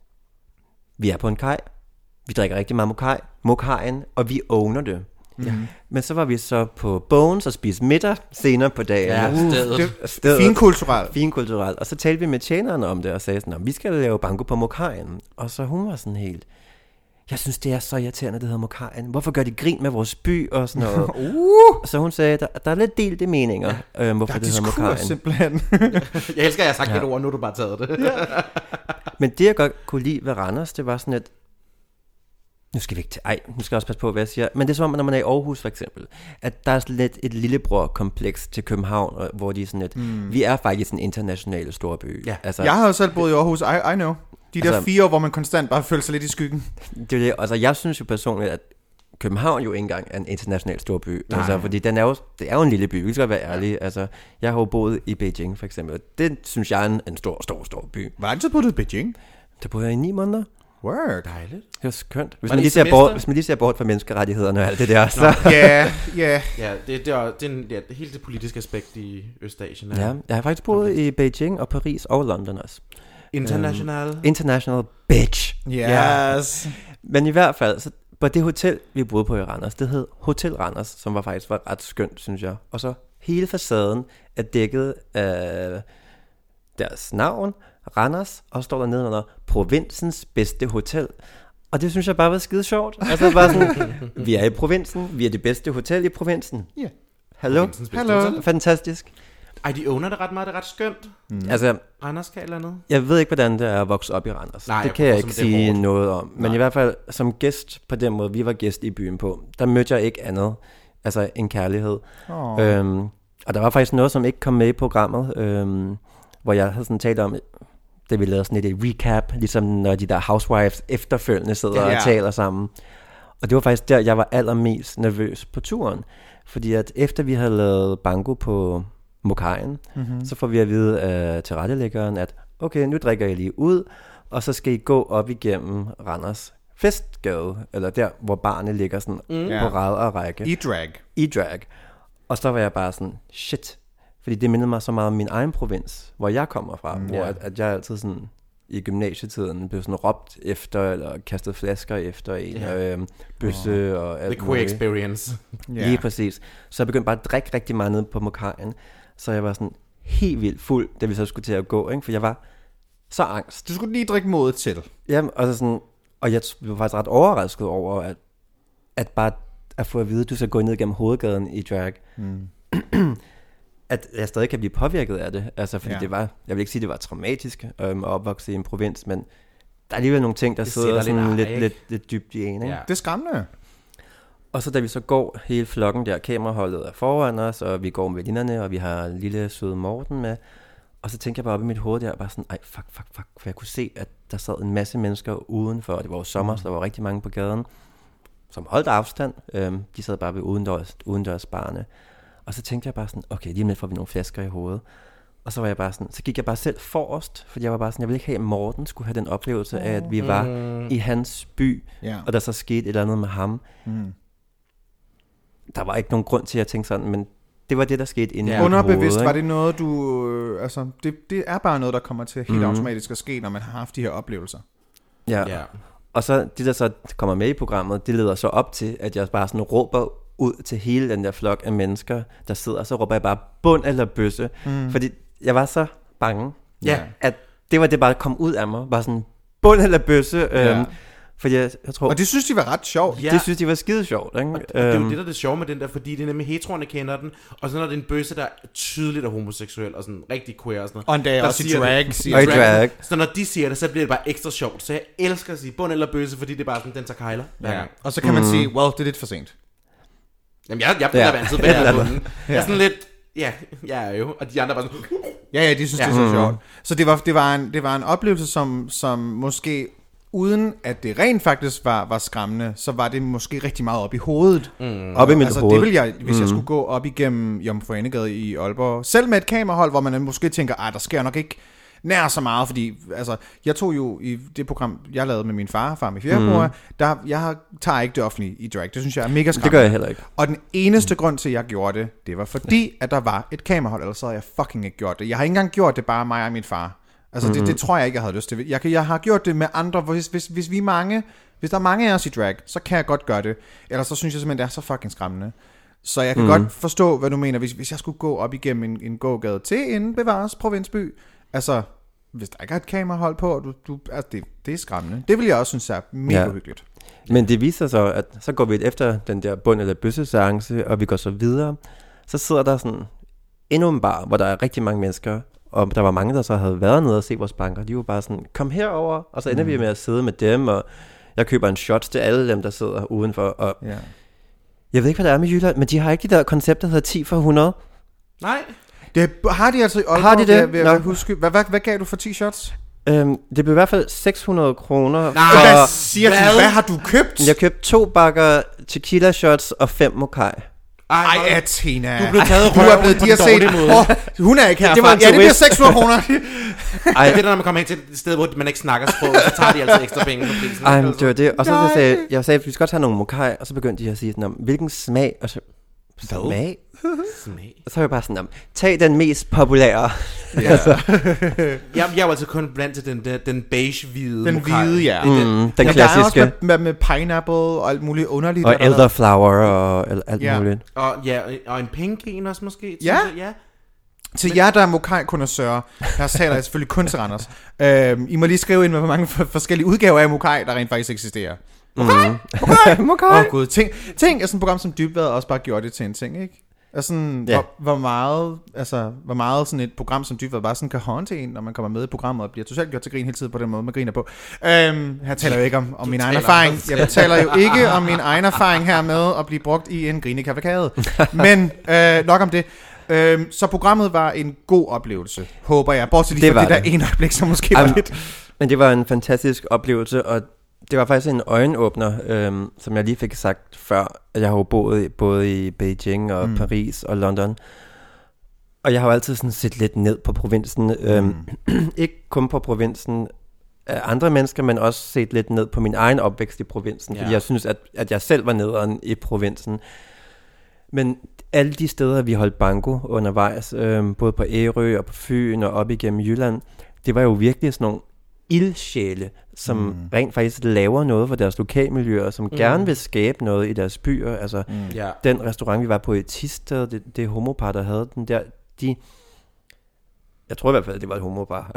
vi er på en kaj, vi drikker rigtig meget mokaj, mokajen, og vi owner det. Ja. Men så var vi så på Bones og spiste middag senere på dagen. Ja, Uh, stedet. stedet. Finkulturelt. Finkulturelt. Og så talte vi med tjeneren om det og sagde sådan, vi skal lave banko på mokajen. Og så hun var sådan helt, jeg synes det er så irriterende, det hedder mokajen. Hvorfor gør de grin med vores by og sådan noget? Uh, Så hun sagde, der, der er lidt delte meninger, øh, hvorfor der er det hedder diskurs mokajen. simpelthen. Jeg elsker, at jeg har sagt Ja. et ord, nu har du bare taget det. Men det jeg godt kunne lide ved Randers, det var sådan et, nu skal vi ikke til, ej, nu skal jeg også passe på, hvad jeg siger, men det er som om, når man er i Aarhus for eksempel, at der er sådan lidt et lillebror-kompleks til København, og- hvor de er sådan lidt, mm. vi er faktisk en international storby. Ja. Altså, Jeg har jo selv boet i Aarhus, I, I know. De der Altså- fire år, hvor man konstant bare føler sig lidt i skyggen. det er det, altså jeg synes jo personligt, at København jo ikke engang er en international storby, Nej. altså, fordi den er jo, det er jo en lille by, vi skal være ærlige, altså, jeg har jo boet i Beijing for eksempel, og det synes jeg er en, en stor, stor, stor by. Hvor lang tid boede du i Beijing? Der boede jeg i ni måneder. Word. Dejligt. Det var skønt. Hvis Var man, det lige et ser semester? bort, hvis man lige ser bort fra menneskerettighederne og alt det der, så... Ja, ja. Ja, det, det, er, det er en, ja, det er hele det politiske aspekt i Østasien. Ja, jeg har faktisk boet i Beijing og Paris og London også. International. International bitch. Yes. Men i hvert fald, så på det hotel, vi boede på i Randers, det hed Hotel Randers, som var faktisk var ret skønt, synes jeg. Og så hele facaden er dækket af deres navn, Randers, og står der nedenunder provinsens bedste hotel. Og det synes jeg bare var skide sjovt. Altså bare sådan, vi er i provinsen, vi er det bedste hotel i provinsen. Ja. Yeah. Hallo? Hallo. Fantastisk. Ej, de owner det ret meget, det er ret skønt. Mm. Altså, Randers kan eller andet? Jeg ved ikke, hvordan det er at vokse op i Randers. Nej, det kan jeg, jeg ikke sige noget om. Men Nej. i hvert fald som gæst på den måde, vi var gæst i byen på, der mødte jeg ikke andet, altså en kærlighed. Oh. Øhm, og der var faktisk noget, som ikke kom med i programmet, øhm, hvor jeg havde sådan talt om, det vi lavede sådan et recap, ligesom når de der housewives efterfølgende sidder ja, ja. og taler sammen. Og det var faktisk der, jeg var allermest nervøs på turen. Fordi at efter vi havde lavet banko på Mokajen, mm-hmm. så får vi at vide af tilrettelæggeren, at okay, nu drikker jeg lige ud, og så skal I gå op igennem Randers Festgade, eller der, hvor barnet ligger sådan mm. på rad og række. I drag. I drag. Og så var jeg bare sådan, shit. Fordi det mindede mig så meget om min egen provins, hvor jeg kommer fra, mm, hvor yeah. at, at jeg altid sådan i gymnasietiden blev sådan råbt efter, eller kastet flasker efter en, yeah. og øhm, bøsse oh. og alt The queer experience. Yeah. Lige præcis. Så jeg begyndte bare at drikke rigtig meget ned på Mokajen, så jeg var sådan helt vildt fuld, da vi så skulle til at gå, ikke? For jeg var så angst. Du skulle lige drikke modet til. Jamen, og, så sådan, og jeg var faktisk ret overrasket over, at, at bare at få at vide, at du skal gå ned gennem hovedgaden i drag. Mm. At jeg stadig kan blive påvirket af det. Altså, fordi ja. det var, jeg vil ikke sige, det var traumatisk øhm, at opvokse i en provins, men der er alligevel nogle ting, der det sidder sådan lidt, lidt, lidt, lidt dybt i en. Ikke? Ja. Det er skræmmende. Og så da vi så går hele flokken der, kameraholdet er foran os, og vi går med veninderne, og vi har lille søde Morten med, og så tænker jeg bare op i mit hoved der, bare sådan, ej, fuck, fuck, fuck, for jeg kunne se, at der sad en masse mennesker udenfor, og det var jo sommer, mm. så der var rigtig mange på gaden, som holdt afstand, øhm, de sad bare ved udendørs, udendørs barne. Og så tænkte jeg bare sådan, okay, lige med får vi nogle flasker i hovedet. Og så var jeg bare sådan, så gik jeg bare selv forrest, fordi jeg var bare sådan, jeg ville ikke have, at Morten skulle have den oplevelse af, at vi var mm. i hans by, yeah. og der så skete et eller andet med ham. Mm. Der var ikke nogen grund til, at jeg tænkte sådan, men det var det, der skete inde ja. i Underbevidst, hovedet, var det noget, du... Øh, altså, det, det er bare noget, der kommer til helt mm. automatisk at ske, når man har haft de her oplevelser. Ja, yeah. og så det, der så kommer med i programmet, det leder så op til, at jeg bare sådan råber ud til hele den der flok af mennesker, der sidder, og så råber jeg bare bund eller bøsse, mm. fordi jeg var så bange, ja. at det var det bare kom ud af mig, bare sådan bund eller bøsse, ja. øhm, fordi jeg, jeg tror... Og det synes de var ret sjovt. Ja. Det synes de var skide sjovt, ikke? Og, og det er jo det, der er det sjove med den der, fordi det er nemlig heteroerne kender den, og så når det er en bøsse, der er tydeligt er homoseksuel, og sådan rigtig queer og sådan noget. Og en dag også i drag. Det, siger og i drag. Så når de siger det, så bliver det bare ekstra sjovt. Så jeg elsker at sige bund eller bøsse, fordi det er bare sådan, den tager kejler. Ja. Og så kan man mm. sige, well, det er lidt for sent. Jamen, jeg, jeg finder ja. altid ved at bunden. Jeg er sådan lidt, ja, jeg er jo, og de andre bare sådan... Ja, ja, de synes, ja. det er så sjovt. Så det var, det var, en, det var en oplevelse, som, som måske, uden at det rent faktisk var, var skræmmende, så var det måske rigtig meget op i hovedet. Mm. Op i mit altså, hoved. Det ville jeg, hvis mm. jeg skulle gå op igennem Jomfru Anegade i Aalborg, selv med et kamerahold, hvor man måske tænker, ej, der sker nok ikke nær så meget, fordi altså, jeg tog jo i det program, jeg lavede med min far, far med fjerbror, mm. der, jeg tager ikke det offentlige i drag. Det synes jeg er mega skræmmende. Det gør jeg heller ikke. Og den eneste mm. grund til, at jeg gjorde det, det var fordi, at der var et kamerahold, ellers så havde jeg fucking ikke gjort det. Jeg har ikke engang gjort det bare mig og min far. Altså, mm-hmm. det, det tror jeg ikke, jeg havde lyst til. Jeg, jeg har gjort det med andre, hvis, hvis, hvis vi er mange, hvis der er mange af os i drag, så kan jeg godt gøre det. Ellers så synes jeg simpelthen, det er så fucking skræmmende. Så jeg kan mm. godt forstå, hvad du mener, hvis, hvis jeg skulle gå op igennem en, en gågade til en bevares provinsby. Altså, hvis der ikke er et kamerahold på, du, du, altså det, det er skræmmende. Det vil jeg også synes er mega ja. hyggeligt. Men det viser så, at så går vi efter den der bund- eller bøsseseance, og vi går så videre. Så sidder der sådan endnu en bar, hvor der er rigtig mange mennesker, og der var mange, der så havde været nede og se vores banker. De var bare sådan, kom herover, og så ender mm. vi med at sidde med dem, og jeg køber en shot til alle dem, der sidder udenfor. Og ja. Jeg ved ikke, hvad der er med Jylland, men de har ikke de der koncepter, der hedder ti for hundrede. Nej. Det har de altså i Aalborg, har de det? Vil jeg huske. Hvad, hvad, hvad gav du for ti shots? Øhm, det blev i hvert fald seks hundrede kroner. Nej, for, hvad siger hvad? du? Hvad har du købt? Jeg købte to bakker tequila shots og fem mokai. Ej, Ej, Athena. Du blev taget du er blevet, de har set, oh, hun er ikke herfra. Det var ja, det bliver seks hundrede kroner. Ej, det er når man kommer hen til et sted, hvor man ikke snakker sprog, så tager de altså ekstra penge på prisen. Ej, det var det. Og så jeg sagde jeg, sagde, at vi skal godt have nogle mokai, og så begyndte de at sige sådan, hvilken smag? Og så, smag? Smag? Og så var jeg bare sådan, tag den mest populære. Ja. altså. jeg, jeg var altså kun blandt til den, den, den beige-hvide Den mokai. hvide, ja. Mm, den, den klassiske. Der er også med, med, med pineapple og alt muligt underligt. Og elderflower og alt ja. muligt. Og, ja, og en pink en også måske. Ja. ja. Til jer, der er Mokai-kondensører, her taler jeg selvfølgelig kun til Randers. Øhm, I må lige skrive ind med, hvor mange forskellige udgaver af Mokai, der rent faktisk eksisterer. Mokai! Mokai! Mokai! Åh oh, gud, tænk, tænk at sådan et program som Dybvad også bare gjorde det til en ting, ikke? Altså, ja. hvor, hvor meget, altså, hvor meget sådan et program som Dybvad bare sådan kan håndte en, når man kommer med i programmet og bliver totalt gjort til grin hele tiden på den måde, man griner på. Øhm, her taler jeg jo ikke om, om min egen erfaring. Jeg taler jo ikke om min egen erfaring her med at blive brugt i en grinekavalkade. Men øh, nok om det. Øhm, så programmet var en god oplevelse, håber jeg. Bortset lige fra det, det der ene øjeblik, som måske var um, lidt... Men det var en fantastisk oplevelse, og det var faktisk en øjenåbner, øhm, som jeg lige fik sagt før. Jeg har jo boet både i Beijing og mm. Paris og London. Og jeg har jo altid sådan set lidt ned på provinsen. Øhm, mm. Ikke kun på provinsen af andre mennesker, men også set lidt ned på min egen opvækst i provinsen. Ja. Fordi jeg synes, at, at jeg selv var nederen i provinsen. Men alle de steder, vi holdt banko undervejs, øhm, både på Ærø og på Fyn og op igennem Jylland, det var jo virkelig sådan nogle ildsjæle, som mm. rent faktisk laver noget for deres lokalmiljøer, som mm. gerne vil skabe noget i deres byer. Altså, mm. yeah. den restaurant, vi var på i Thisted, det, det homopar, der havde den der, de... Jeg tror i hvert fald, det var et homopar.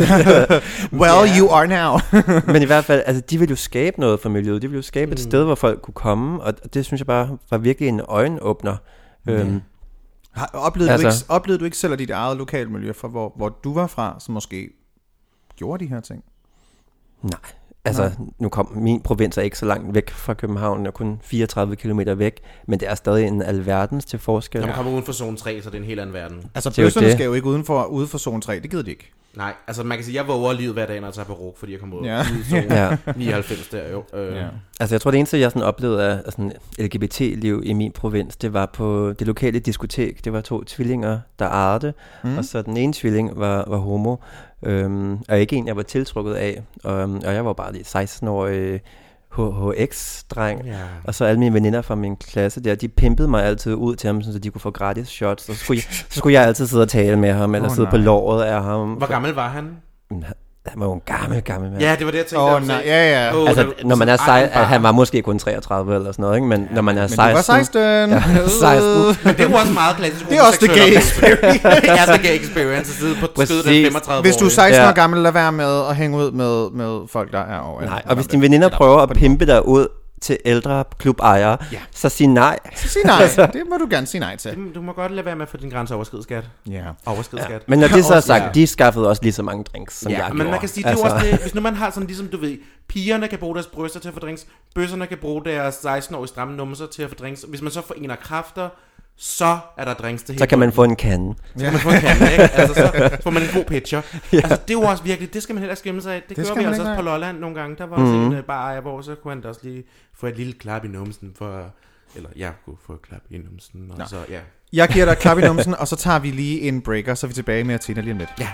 Well, yeah. you are now. Men i hvert fald, altså, de ville jo skabe noget for miljøet. De ville jo skabe mm. et sted, hvor folk kunne komme, og det synes jeg bare var virkelig en øjenåbner. Mm. Øhm, Har, oplevede, altså, du ikke, oplevede du ikke selv, at dit eget lokalmiljø, fra hvor, hvor du var fra, som måske gjorde de her ting? Nej, altså Nej. nu kom min provins er ikke så langt væk fra København, er kun fireogtredive kilometer væk, men det er stadig en alverdens til forskel. Når man kommer uden for zone tre, så det er en helt anden verden. Altså bøsserne skal jo ikke uden for, ude for zone tre, det gider de ikke. Nej, altså man kan sige, jeg våger livet hver dag, når jeg tager på RUC, fordi jeg kommer ud ja. i zone ja. nioghalvfems der jo. Øh. Ja. Altså jeg tror det eneste, jeg sådan oplevede af, af sådan L G B T-liv i min provins, det var på det lokale diskotek. Det var to tvillinger, der ejede det, mm. og så den ene tvilling var, var homo. Øhm, og ikke en, jeg var tiltrukket af, og, og jeg var bare lige seksten-årig H H X-dreng, yeah. og så alle mine veninder fra min klasse der, de pimpede mig altid ud til ham, så de kunne få gratis shots, og så skulle jeg, så skulle jeg altid sidde og tale med ham, eller oh, sidde nej. på låret af ham. Hvor gammel var han? Han var jo en gammel, gammel mand. Ja, det var det, jeg tænkte. Åh, oh, nej, ja, ja. Oh, altså, det, når man er seksten, han var måske kun treogtredive eller sådan noget, ikke? Men ja, når man er seksten... Men du var seksten. Ja, seksten. Men det var også meget klassisk. Det er også the gay experience. Det er the gay experience at sidde på skødet af femogtredive år. Hvis du er seksten år gammel, lad være med at hænge ud med, med folk, der er over. Nej, og hvis dine veninder prøver at pimpe dig ud til ældre klubejere, ja. så sig nej. Så sig nej. Det må du gerne sige nej til. Du må godt lade være med at få din grænse overskridt, skat. Ja. Overskridt, skat. Ja. Men når det så er sagt, ja. de skaffede også lige så mange drinks, som ja, jeg men gjorde. Man kan sige, det er altså. også det, hvis nu man har sådan ligesom, du ved, pigerne kan bruge deres bryster til at få drinks, bøsserne kan bruge deres seksten-årige stramme numser til at få drinks. Hvis man så forener kræfter, så er der drinks til så kan man få en kande. Så kan man få en kande, ikke? Altså, så får man en god pitcher. Ja. Altså, det er jo også virkelig, det skal man heller ikke skemme sig af. Det, det gør vi altså også på Lolland nogle gange. Der var også mm. en uh, bar, hvor så kunne han da også lige få et lille klap i numsen for, eller jeg kunne få et klap i numsen, og no. så, ja. Jeg giver dig et klap i numsen, og så tager vi lige en breaker, så er vi tilbage med Athena lige om lidt. Ja.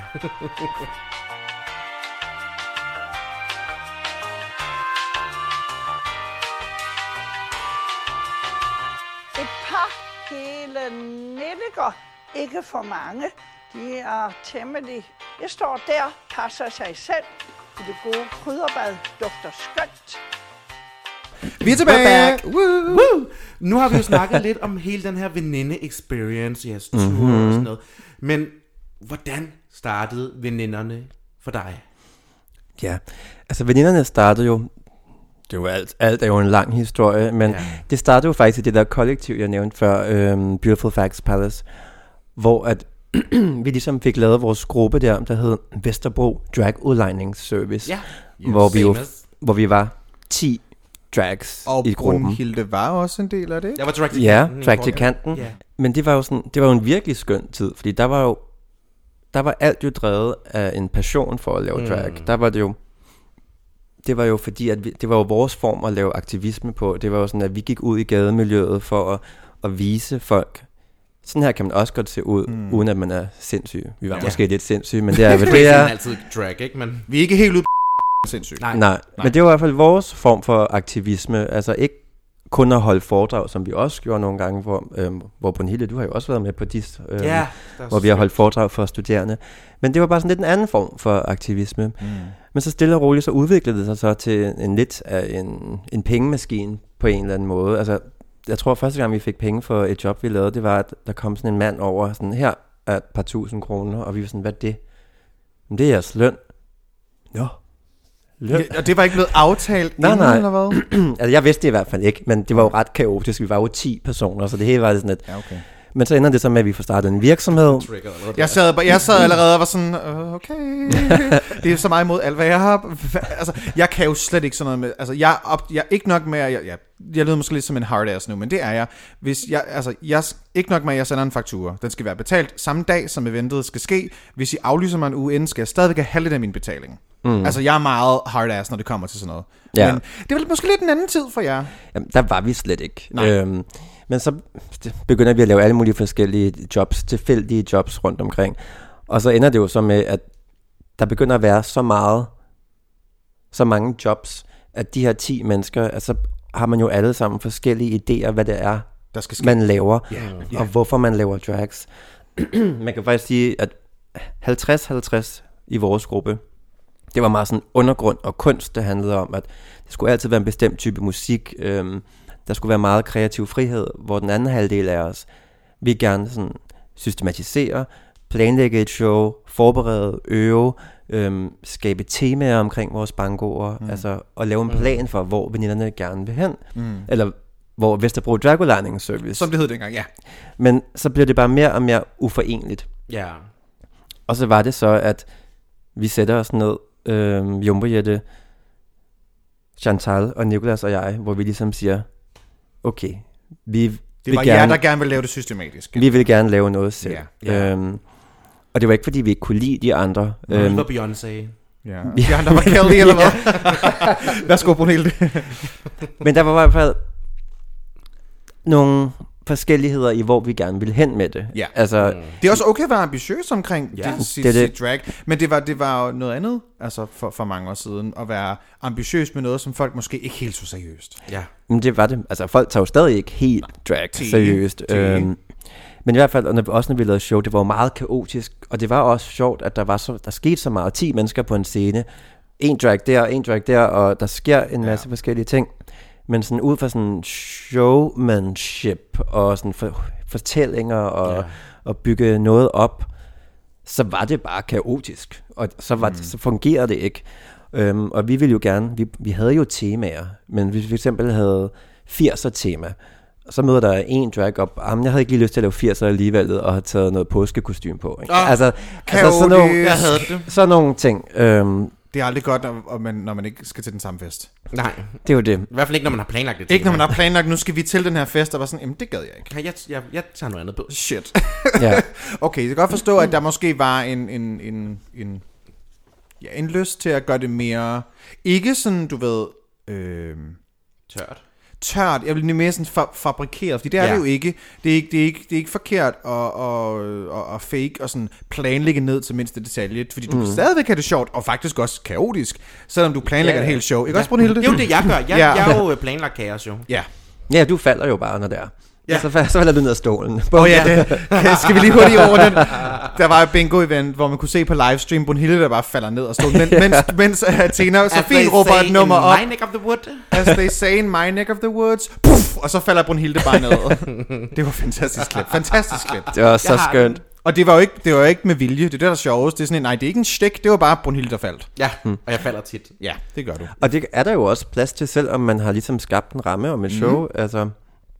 Hele nettegår, ikke for mange. De er temmelig. Jeg står der, passer sig selv. Det gode krydderbad dufter skønt. Vi er tilbage. Woo. Woo. Nu har vi jo snakket lidt om hele den her veninde-experience, jeres tur mm-hmm. og sådan noget. Men hvordan startede veninderne for dig? Ja, altså veninderne startede jo... Det er jo alt, alt er jo en lang historie, men ja. det startede jo faktisk i det der kollektiv, jeg nævnte før, um, Beautiful Facts Palace, hvor at vi ligesom fik lavet vores gruppe der, der hed Vesterbro Drag Udlejningsservice, ja. yes, hvor, vi jo, hvor vi var ti drags og i gruppen. Og Brunhilde var også en del af det, ikke? Jeg var drag til ja, kanten. drag til kanten. Yeah. Men det var jo sådan, det var jo en virkelig skøn tid, fordi der var jo, der var alt jo drevet af en passion for at lave mm. drag. Der var det jo Det var jo fordi, at vi, det var jo vores form at lave aktivisme på. Det var jo sådan, at vi gik ud i gademiljøet for at, at vise folk. Sådan her kan man også godt se ud, mm. uden at man er sindssyg. Vi var ja. måske lidt sindssyge, men det er vel det er altid drag, ikke? Men vi er ikke helt ude sindssyge. Nej. Nej, men det var i hvert fald vores form for aktivisme. Altså ikke kun at holde foredrag, som vi også gjorde nogle gange, hvor, øhm, hvor Brunhilde, du har jo også været med på D I S, øhm, ja, hvor vi har holdt foredrag for studerende. Men det var bare sådan lidt en anden form for aktivisme. Mm. Men så stille og roligt, så udviklede det sig så til en lidt af en, en pengemaskine på en eller anden måde. Altså, jeg tror første gang vi fik penge for et job, vi lavede, det var, at der kom sådan en mand over, sådan her af et par tusind kroner, og vi var sådan, hvad er det? Men det er jeres løn. Nå, løn. Ja, og det var ikke blevet aftalt nej, inden, nej. eller hvad? Altså, jeg vidste det i hvert fald ikke, men det var jo ret kaotisk. Vi var jo ti personer, så det hele var sådan et... Ja, okay. Men så ender det så med, at vi får startet en virksomhed. Jeg sad, jeg sad allerede og var sådan, øh, okay, det er så meget imod alt, hvad jeg har. Altså, jeg kan jo slet ikke sådan noget med, altså, jeg, op, jeg ikke nok med, at jeg, jeg, jeg lyder måske lidt som en hard ass nu, men det er jeg. Hvis jeg, altså, jeg, ikke nok med, at jeg sender en faktura. Den skal være betalt samme dag, som eventet skal ske. Hvis I aflyser mig en uge inden, skal jeg stadigvæk have halvdelen af min betaling. Mm. Altså, jeg er meget hard ass, når det kommer til sådan noget. Ja. Men det er vel måske lidt en anden tid for jer. Jamen, der var vi slet ikke. Øhm, men så begynder vi at lave alle mulige forskellige jobs, tilfældige jobs rundt omkring. Og så ender det jo så med, at der begynder at være så meget, så mange jobs, at de her ti mennesker, altså har man jo alle sammen forskellige idéer, hvad det er, der skal ske. Man laver, yeah, yeah. og hvorfor man laver drags. Man kan faktisk sige, at halvtreds halvtreds i vores gruppe, det var meget sådan undergrund og kunst, det handlede om, at det skulle altid være en bestemt type musik, øhm, der skulle være meget kreativ frihed, hvor den anden halvdel af os, vi gerne sådan systematisere, planlægge et show, forberede, øve, øhm, skabe temaer omkring vores bangoer, mm. altså og lave en plan for, hvor veninderne gerne vil hen, mm. eller hvor Vesterbro Drag Service. Som det hed dengang, ja. Men så blev det bare mere og mere uforenligt. Ja. Og så var det så, at vi sætter os ned, øhm, Jumbo Jette, Chantal og Nicolas og jeg, hvor vi ligesom siger, okay, vi det vil var gerne, jer, der gerne vil lave det systematisk. Vi vil gerne lave noget selv. Ja, ja. Øhm, og det var ikke, fordi vi ikke kunne lide de andre. Vi øhm, var Beyoncé. Ja, de andre var Kelly, eller hvad? Værsgo, Brunhilde. Men der var i hvert fald nogle forskelligheder i, hvor vi gerne ville hen med det. Ja. Altså, mm. Det er også okay at være ambitiøs omkring ja. det, sit, det, det. sit drag, men det var, det var jo noget andet altså for, for mange år siden, at være ambitiøs med noget, som folk måske ikke helt så seriøst. Ja. Men det var det. Altså, folk tager jo stadig ikke helt drag T- seriøst. T- øhm, men i hvert fald, når, også når vi lavede show, det var meget kaotisk, og det var også sjovt, at der, var så, der skete så meget. ti mennesker på en scene, en drag der, en drag der, og der sker en masse ja. forskellige ting. Men sådan ud fra sådan showmanship og sådan for, fortællinger og, ja. og bygge noget op, så var det bare kaotisk, og så, var mm. det, så fungerede det ikke. Øhm, og vi ville jo gerne, vi, vi havde jo temaer, men hvis vi for eksempel havde firser tema, så møder der en drag op, jamen jeg havde ikke lige lyst til at lave firser alligevel, og have taget noget påskekostym på. Ikke? Oh, altså, altså sådan nogle, jeg havde det. Sådan nogle ting. Øhm, Det er aldrig godt, når man, når man ikke skal til den samme fest. Nej. Det er jo det. I hvert fald ikke, når man har planlagt det. Ikke når man har planlagt, nu skal vi til den her fest, og var sådan, jamen det gad jeg ikke. Ja, jeg, jeg, jeg tager noget andet på. Shit. Ja. Okay, jeg kan godt forstå, at der måske var en, en, en, en, ja, en lyst til at gøre det mere, ikke sådan, du ved, øh, tørt. Tørt, jeg vil lige mere sådan fa- fabrikeret, fordi det er ja. det jo ikke. Det er ikke, det er ikke, det er ikke forkert at, og, og, og fake og sådan planlægge ned til mindste detalje, fordi du mm. kan stadigvæk have det sjovt, og faktisk også kaotisk, selvom du planlægger ja, ja. et helt show. Ikke ja. også, Brunhilde? Det er jo det, jeg gør. Jeg, ja. jeg er jo planlagt kaos, jo. Ja. Ja, du falder jo bare, når det er. Ja. Så, så falder du ned af stolen. Åh oh, ja, det, skal vi lige hurtigt over den? Der var et bingo-event, hvor man kunne se på livestream Brunhilde, der bare falder ned af stolen, men, mens, mens Athena så fint råber et nummer op. My neck of the wood. As they say in my neck of the woods. Puff, og så falder Brunhilde bare ned. Det var fantastisk klip. Fantastisk klip. Det var så skønt. Og det var jo ikke, det var jo ikke med vilje. Det er det, der er sjovest. Det er sådan en, nej, det er ikke en stik. Det var bare Brunhilde, der faldt. Ja, hmm. og jeg falder tit. Ja, det gør du. Og det er der jo også plads til, selvom man har ligesom skabt en ramme om et show. Mm. Altså...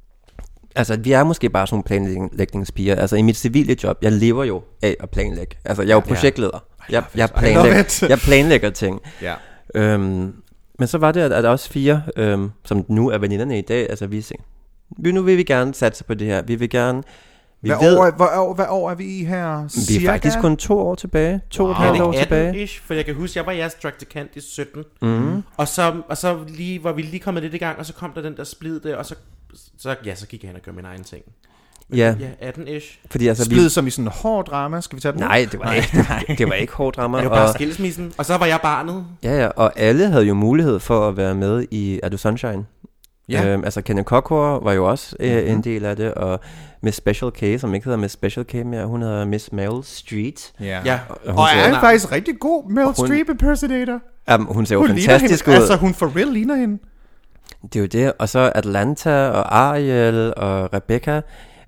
Altså, vi er måske bare sådan nogle planlægningspiger. Altså, i mit civile job, jeg lever jo af at planlægge. Altså, jeg er jo projektleder. Jeg, jeg, planlægger, jeg planlægger ting. Ja. Øhm, men så var det, at, at også fire, øhm, som nu er veninderne i dag, altså vi siger, nu vil vi gerne satse på det her. Vi vil gerne... Vi hvad, ved, år, hvad, år, hvad år er vi i her? Vi cirka? Er faktisk kun to år tilbage. To wow. og et halvt år tilbage. Ish, for jeg kan huske, jeg var jeres praktikant i sytten. Mm. Og så, og så lige, var vi lige kommet lidt i gang, og så kom der den der splid der, og så, så, ja, så gik jeg hen og gjorde min egen ting. Men, ja. Ja, atten-ish. Fordi altså, splid vi... som i sådan en hård drama. Skal vi tage den? Nej, det var nej. ikke, det, det var ikke hård drama. Det var bare og... skilsmissen. Og så var jeg barnet. Ja, ja, og alle havde jo mulighed for at være med i Er Du Sunshine? Ja. Øhm, altså Kenneth Cockor var jo også øh, mm-hmm. en del af det, og Miss Special K, som ikke hedder Miss Special K mere, hun hedder Miss Meryl Street. Ja, ja. Og, og er hun faktisk rigtig god Meryl Streep impersonator. Um, hun ser jo hun fantastisk ud. Altså hun for real ligner hende. Det er jo det, og så Atlanta og Ariel og Rebecca.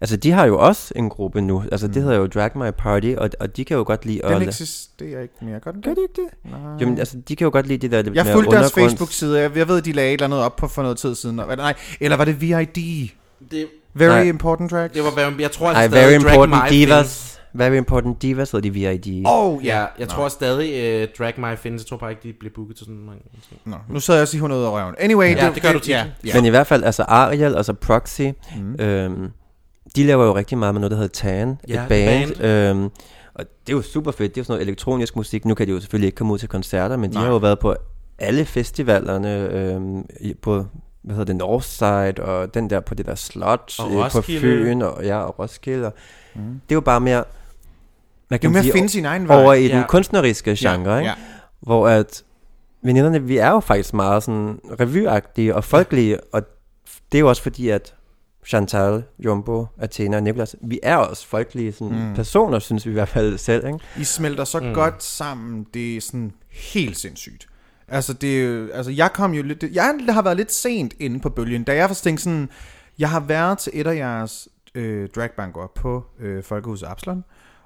Altså, de har jo også en gruppe nu. Altså, mm. det hedder jo Drag My Party, og, og de kan jo godt lide... Den at eksisterer ikke mere. Gør den Gør det ikke det? Nej. Jamen, altså, de kan jo godt lide det der... Jeg fulgte deres Facebook-side. Jeg, jeg ved, de lagde et eller andet op på for noget tid siden. Nej, eller var det V I D? Det, Very nej. Important Drag? Det var, jeg tror, at Ej, stadig Very Important Drag My Divas. findes. Very Important Divas hedder de V I D. Oh, Ja, ja. jeg Nå. tror stadig, uh, Drag My findes. Jeg tror bare ikke, de bliver booket til sådan mange ting. Nå, nu sidder jeg og siger hun ud af røven. Anyway, Ja, det gør du tit. Ja, ja. Men i hvert fald, altså Ariel, altså Proxy, Mm. øhm, de laver jo rigtig meget med noget, der hedder Tan, Ja, et band. band. Øhm, og det er jo super fedt, det er jo sådan noget elektronisk musik. Nu kan de jo selvfølgelig ikke komme ud til koncerter, men de Nej. har jo været på alle festivalerne, øhm, i- på, hvad hedder det, Northside, og den der på det der slot Og øh, på Roskilde. Fyn, og, ja, og Roskilde. Og Mm. det er jo bare mere, hvad Det er kan med man at sige, finde sin egen vej. over i den Ja. kunstneriske genre, ja, ikke? ja. Hvor at veninderne, vi er jo faktisk meget sådan revyagtige og folkelige, og det er jo også fordi, at Chantal, Jumbo, Athena og Nicolas, vi er også folkelige sådan, Mm. mm. personer, synes vi i hvert fald selv, ikke? I smelter så Mm. mm. godt sammen. Det er sådan helt sindssygt. Altså, det er jo, altså, jeg kom jo lidt... Jeg har været lidt sent inde på bølgen, da jeg først tænkte sådan... Jeg har været til et af jeres øh, dragbanker på øh, Folkehuset Absalon,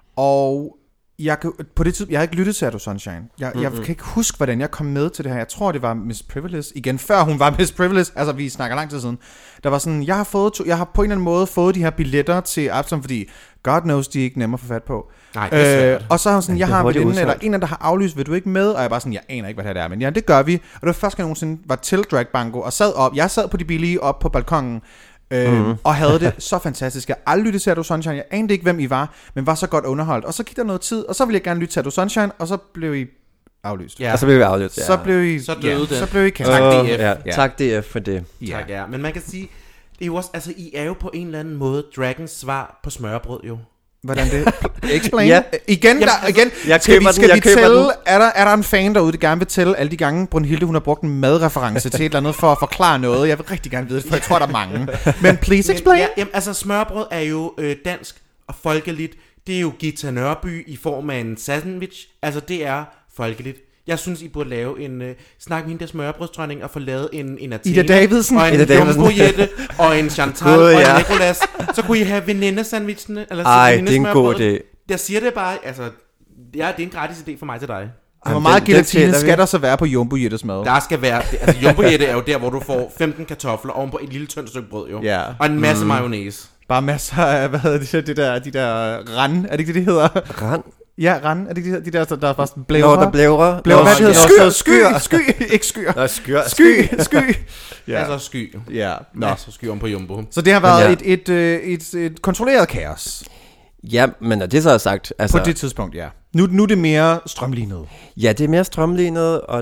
og jeg kan, på det tid, jeg har ikke lyttet til Ado Sunshine. Jeg, mm-hmm. jeg kan ikke huske, hvordan jeg kom med til det her. Jeg tror, det var Miss Privilege. Igen, før hun var Miss Privilege. Altså, vi snakker lang tid siden. Der var sådan, jeg har, fået to, jeg har på en eller anden måde fået de her billetter til Absalon, fordi God knows, de er ikke nemme at få fat på. Nej, det er svært. Øh, og så har hun sådan, Ja, jeg det er har en hurtigt veninde, eller udsolgt. en af der har aflyst, vil du ikke med? Og jeg er bare sådan, jeg aner ikke, hvad det her er. Men ja, det gør vi. Og det var første gang, jeg nogensinde var til Dragbanko, og sad op. Jeg sad på de billige op på balkongen, Øh, mm. og havde det så fantastisk. Jeg aldrig lyttede til Ado Sunshine. Jeg anede ikke, hvem I var, men var så godt underholdt. Og så gik der noget tid, og så ville jeg gerne lytte til Ado Sunshine, og så blev I aflyst. Ja. Og så bliver vi aflyst. Så blev I, Så døde ja, den. så blev I kendt. Tak, Åh, D F. Ja, Ja. tak D F for det. Ja. Tak, ja. Men man kan sige, det er jo også, altså, I er jo på en eller anden måde Dragons svar på smørbrød, jo. Hvordan det? Explain. Ja. Igen, Jamen, der, altså, igen. jeg skal køber vi, den, skal jeg vi køber tælle, den. er der, er der en fan derude, der gerne vil tælle alle de gange, Brunhilde, hun har brugt en madreference til et eller andet for at forklare noget? Jeg vil rigtig gerne vide det, for jeg tror, der er mange. Men please Men, explain. ja, jamen, altså, smørbrød er jo øh, dansk og folkeligt. Det er jo Gita Nørby i form af en sandwich. Altså, det er folkeligt. Jeg synes, I burde lave en øh, snak med hende der smørbrødsdronning og få lavet en, en Athena. Ida Davidsen. Og en Ida Davidsen. Jumbo Jette og en Chantal God, og ja. en Nicolas. Så kunne I have venindesandwichene. Eller Ej, det er en venindesmørbrødet. god idé. Jeg siger det bare, altså, ja, det er en gratis idé for mig til dig. Hvor Jamen, meget den- den gelatine tæller vi. skal der så være på Jumbo Jettes mad? Der skal være, altså Jumbo Jette er jo der, hvor du får femten kartofler ovenpå et lille tyndt stykke brød, jo. Ja. Og en masse mm. mayonnaise. Bare masser af, hvad hedder det, det der, de der rand, er det ikke det, de hedder? Rand. Ja, rand, er det ikke de der, de der, der er bare sådan blævre? Når der blævrer. Blævre, hvad det Nå, hedder? nå, Skyr, så skyr, sky, ikke skyr. Nå, skyr. Sky, sky. Ja. Ja, Altså sky. ja. Nå. Masser af sky ovenpå Jumbo. Så det har været ja. et, et, øh, et, et kontrolleret kaos Ja, men når det så er sagt, altså, på det tidspunkt, ja. Nu, nu er det mere strømlignet. ja, det er mere strømlignet, og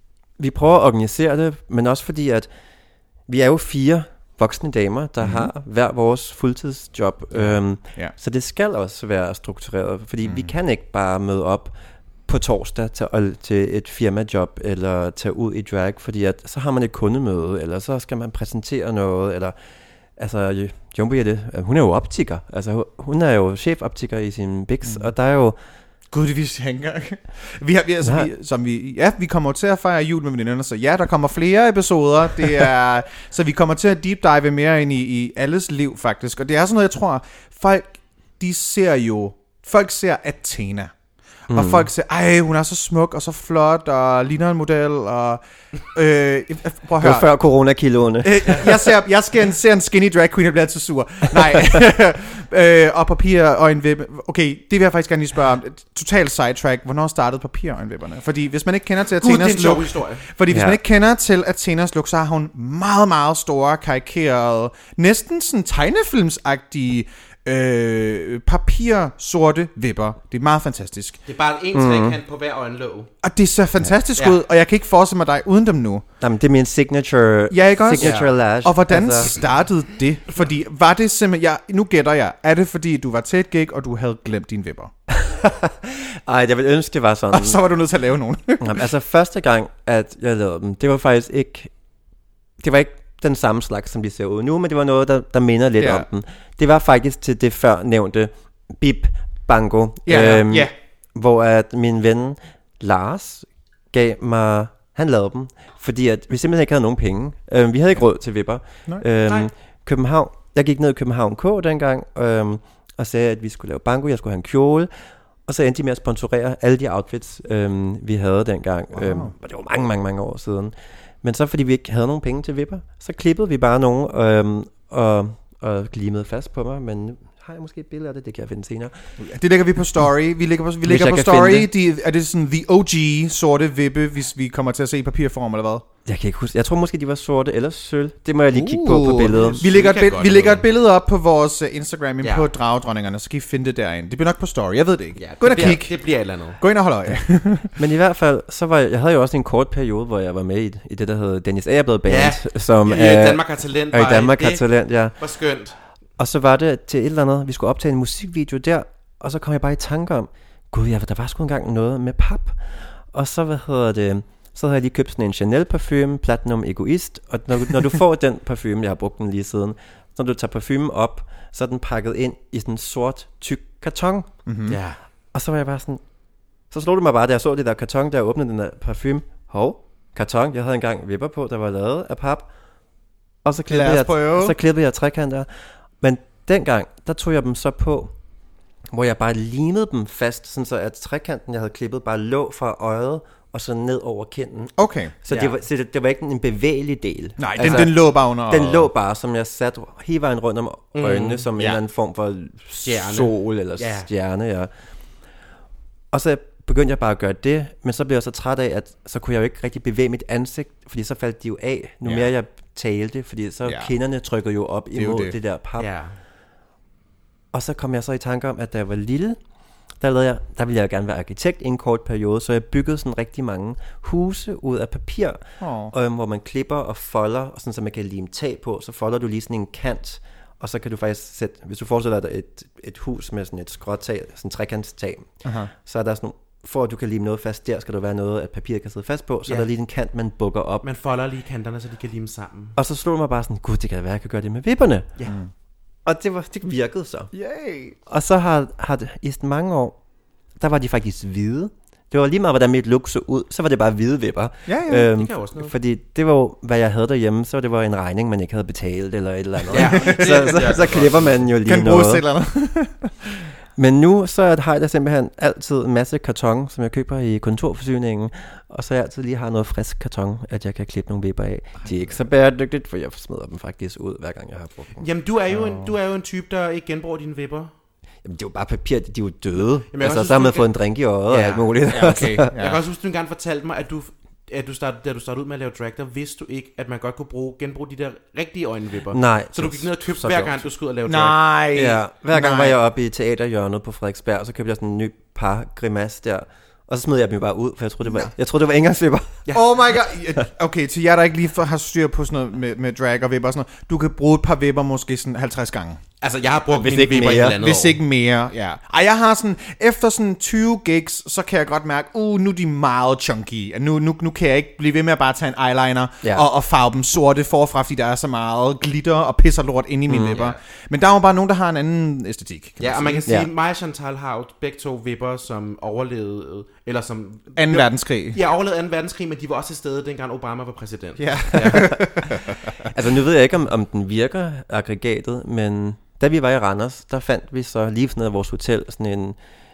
vi prøver at organisere det, men også fordi, at vi er jo fire voksne damer, der mm-hmm. har hver vores fuldtidsjob. Øhm, Ja. Så det skal også være struktureret, fordi mm. vi kan ikke bare møde op på torsdag til, til et firmajob, eller tage ud i drag, fordi at, så har man et kundemøde, eller så skal man præsentere noget, eller altså, Jumbo Jette, hun er jo optiker, altså hun er jo chefoptiker i sin Bix, mm. og der er jo Gud, det vidste jeg ikke engang. Vi har, vi, altså, Nej. vi, som vi, ja, vi kommer til at fejre jul med veninderne, så ja, der kommer flere episoder. Det er, så vi kommer til at deep dive mere ind i, i alles liv, faktisk. Og det er sådan noget, jeg tror, folk, de ser jo, folk ser Athena. Mm. Og folk siger, ej, hun er så smuk og så flot og ligner en model. Og, øh, prøv at det var høre. før coronakiloene. Øh, jeg ser, jeg skal en, ser en skinny drag queen, jeg bliver altid sur. Nej. øh, og papir og en vippe. Okay, det vil jeg faktisk gerne lige spørge om. Total sidetrack. Hvornår startede papir og en vipperne? Fordi hvis man ikke kender til Gud, det er Athenas en sjov look, historie. fordi hvis Ja. man ikke kender til Athenas look, så har hun meget, meget store, karikerede, næsten sådan tegnefilmsagtige øh, papirsorte vipper. Det er meget fantastisk. Det er bare en trekant på hver øjenlåg. Og det ser fantastisk Ja. ud, og jeg kan ikke forestille mig dig uden dem nu. Jamen, det er min signature, Ja, ikke også? signature Ja. lash. Og hvordan Altså, startede det? Fordi var det simpelthen... Jeg, nu gætter jeg. Er det fordi, du var til et gig, og du havde glemt dine vipper? ej, jeg vil ønske, det var sådan. Og så var du nødt til at lave nogen. Jamen, altså, første gang, at jeg lavede dem, det var faktisk ikke... Det var ikke den samme slags, som de ser ud nu, men det var noget, der, der minder lidt Ja. om dem. Det var faktisk til det før nævnte Bip Bango, Ja, øhm, ja. hvor at min ven Lars gav mig... Han lavede dem, fordi at vi simpelthen ikke havde nogen penge. Øhm, vi havde ikke råd til vipper. Nej. Øhm, Nej. København jeg gik ned i København K dengang, øhm, og sagde, at vi skulle lave banko, jeg skulle have en kjole, og så endte de med at sponsorere alle de outfits, øhm, vi havde dengang. Wow. Øhm, og det var mange, mange, mange år siden. Men så fordi vi ikke havde nogen penge til vipper, så klippede vi bare nogen øhm, og, og glimede fast på mig, men har jeg måske et billede af det? Det kan jeg finde senere. Det lægger vi på story. Vi lægger på, vi lægger på story. De, er det sådan the O G sorte vippe, hvis vi kommer til at se i papirform eller hvad? Jeg kan ikke huske. Jeg tror måske, de var sorte eller sølv. Det må jeg lige kigge uh, på på billedet. Vi lægger, et, bi- vi lægger et billede op på vores uh, Instagram ja. på Dragedronningerne, så kan I finde det derinde. Det bliver nok på story, jeg ved det ikke. Ja, Gå ind og bliver, kig. Det bliver et eller andet. Gå ind og hold øje. Men i hvert fald, så var jeg, jeg havde jo også en kort periode, hvor jeg var med i, i det, der hedder Dennis Agerblood Band. Ja, som i er, Danmark har talent. Og i Danmark har talent, ja. Hvor skønt. Og så var det til et eller andet, vi skulle optage en musikvideo der, og så kom jeg bare i tanke om, gud ja, der var sgu engang noget med pap. Og så, hvad hedder det, så havde jeg lige købt sådan en Chanel parfume, Platinum Egoist, og når, når du får den parfume, jeg har brugt den lige siden, når du tager parfumen op, så er den pakket ind i sådan en sort, tyk karton. Mm-hmm. Ja. Og så var jeg bare sådan, så slog det mig bare, da jeg så det der karton, der åbnede den der parfume, hov, karton, jeg havde engang vipper på, der var lavet af pap, og så klippede, jeg, så klippede jeg trekanter. Men dengang, der tog jeg dem så på, hvor jeg bare limede dem fast, sådan så at trekanten, jeg havde klippet, bare lå fra øjet, og så ned over kinden. Okay. Så, ja. det, var, så det, det var ikke en bevægelig del. Nej, den, altså, den lå bare under. Den lå bare, som jeg satte hele vejen rundt om øjnene, mm, som ja. en eller anden form for stjerne. Sol eller ja. stjerne. Ja. Og så begyndte jeg bare at gøre det, men så blev jeg så træt af, at så kunne jeg jo ikke rigtig bevæge mit ansigt, fordi så faldt de jo af, nu ja. mere jeg talte, fordi så ja. kinderne trykkede jo op det imod det. det der pap. Ja. Og så kom jeg så i tanke om, at da jeg var lille, der, lavede jeg, der ville jeg gerne være arkitekt i en kort periode, så jeg byggede sådan rigtig mange huse ud af papir, oh. øhm, hvor man klipper og folder, og sådan, så man kan lime tag på, så folder du lige sådan en kant, og så kan du faktisk sætte, hvis du forestiller dig et, et hus med sådan et skråtag, sådan en trekantstag, uh-huh. så er der sådan, for at du kan lime noget fast der, skal der være noget, at papir kan sidde fast på, så ja. er der lige en kant, man bukker op. Man folder lige kanterne, så de kan lime sammen. Og så slog det mig bare sådan, gud, det kan være, jeg kan gøre det med vipperne. Ja. Mm. Og det, var, det virkede så. Yay. Og så har, har det, i mange år, der var de faktisk hvide. Det var lige meget, hvordan mit look så ud, så var det bare hvide vipper. Ja, ja, øhm, det kan også noget. Fordi det var jo, hvad jeg havde derhjemme, så det var en regning, man ikke havde betalt, eller et eller andet. Ja. så så, så, så klipper man jo lige kan noget. Kan bruges et eller andet. Men nu så har jeg da simpelthen altid en masse karton, som jeg køber i kontorforsyningen, og så jeg altid lige har noget frisk karton, at jeg kan klippe nogle vipper af. De er ikke så bæredygtigt, for jeg smider dem faktisk ud, hver gang jeg har brugt dem. Jamen, du er jo en, du er jo en type, der ikke genbruger dine vipper. Jamen, det er jo bare papir, de er jo døde. Jamen, altså, så har man fået en drink i øjet og alt muligt. Ja, okay. ja. Jeg kan også huske, du engang fortalte mig, at du, at du startede, da du startede ud med at lave drag, der vidste du ikke, at man godt kunne bruge, genbruge de der rigtige øjenvipper. Nej. Så du gik ned og købte hver gang, du skulle ud og lave drag. Nej. Ja, hver gang Nej. var jeg oppe i teaterhjørnet på Frederiksberg, og så købte jeg sådan en ny par grimasse der. Og så smed jeg dem jo bare ud, for jeg troede, det var, jeg troede, det var engangsvipper. Ja. Oh my god. Okay, til jer, der ikke lige har styr på sådan noget med, med drag og vipper og sådan noget. Du kan bruge et par vipper måske sådan halvtreds gange. Altså, jeg har brugt hvis mine vipper i et eller andet Hvis år. Ikke mere, ja. Ej, jeg har sådan, efter sådan tyve gigs, så kan jeg godt mærke, uh, nu er de meget chunky. Nu, nu, nu kan jeg ikke blive ved med at bare tage en eyeliner ja. og, og farve dem sorte forfra, fordi der er så meget glitter og pisser lort inde i mine mm, vipper. Ja. Men der er jo bare nogen, der har en anden æstetik. Ja, og man kan sige, at ja. mig og Chantal har jo begge to vipper, som overlevede, eller som... anden verdenskrig. Ja, overlevede anden verdenskrig, men de var også til stede, dengang Obama var præsident. Ja. ja. Altså, nu ved jeg ikke, om, om den virker, aggregatet, men... Da vi var i Randers, der fandt vi så lige sådan af vores hotel sådan en,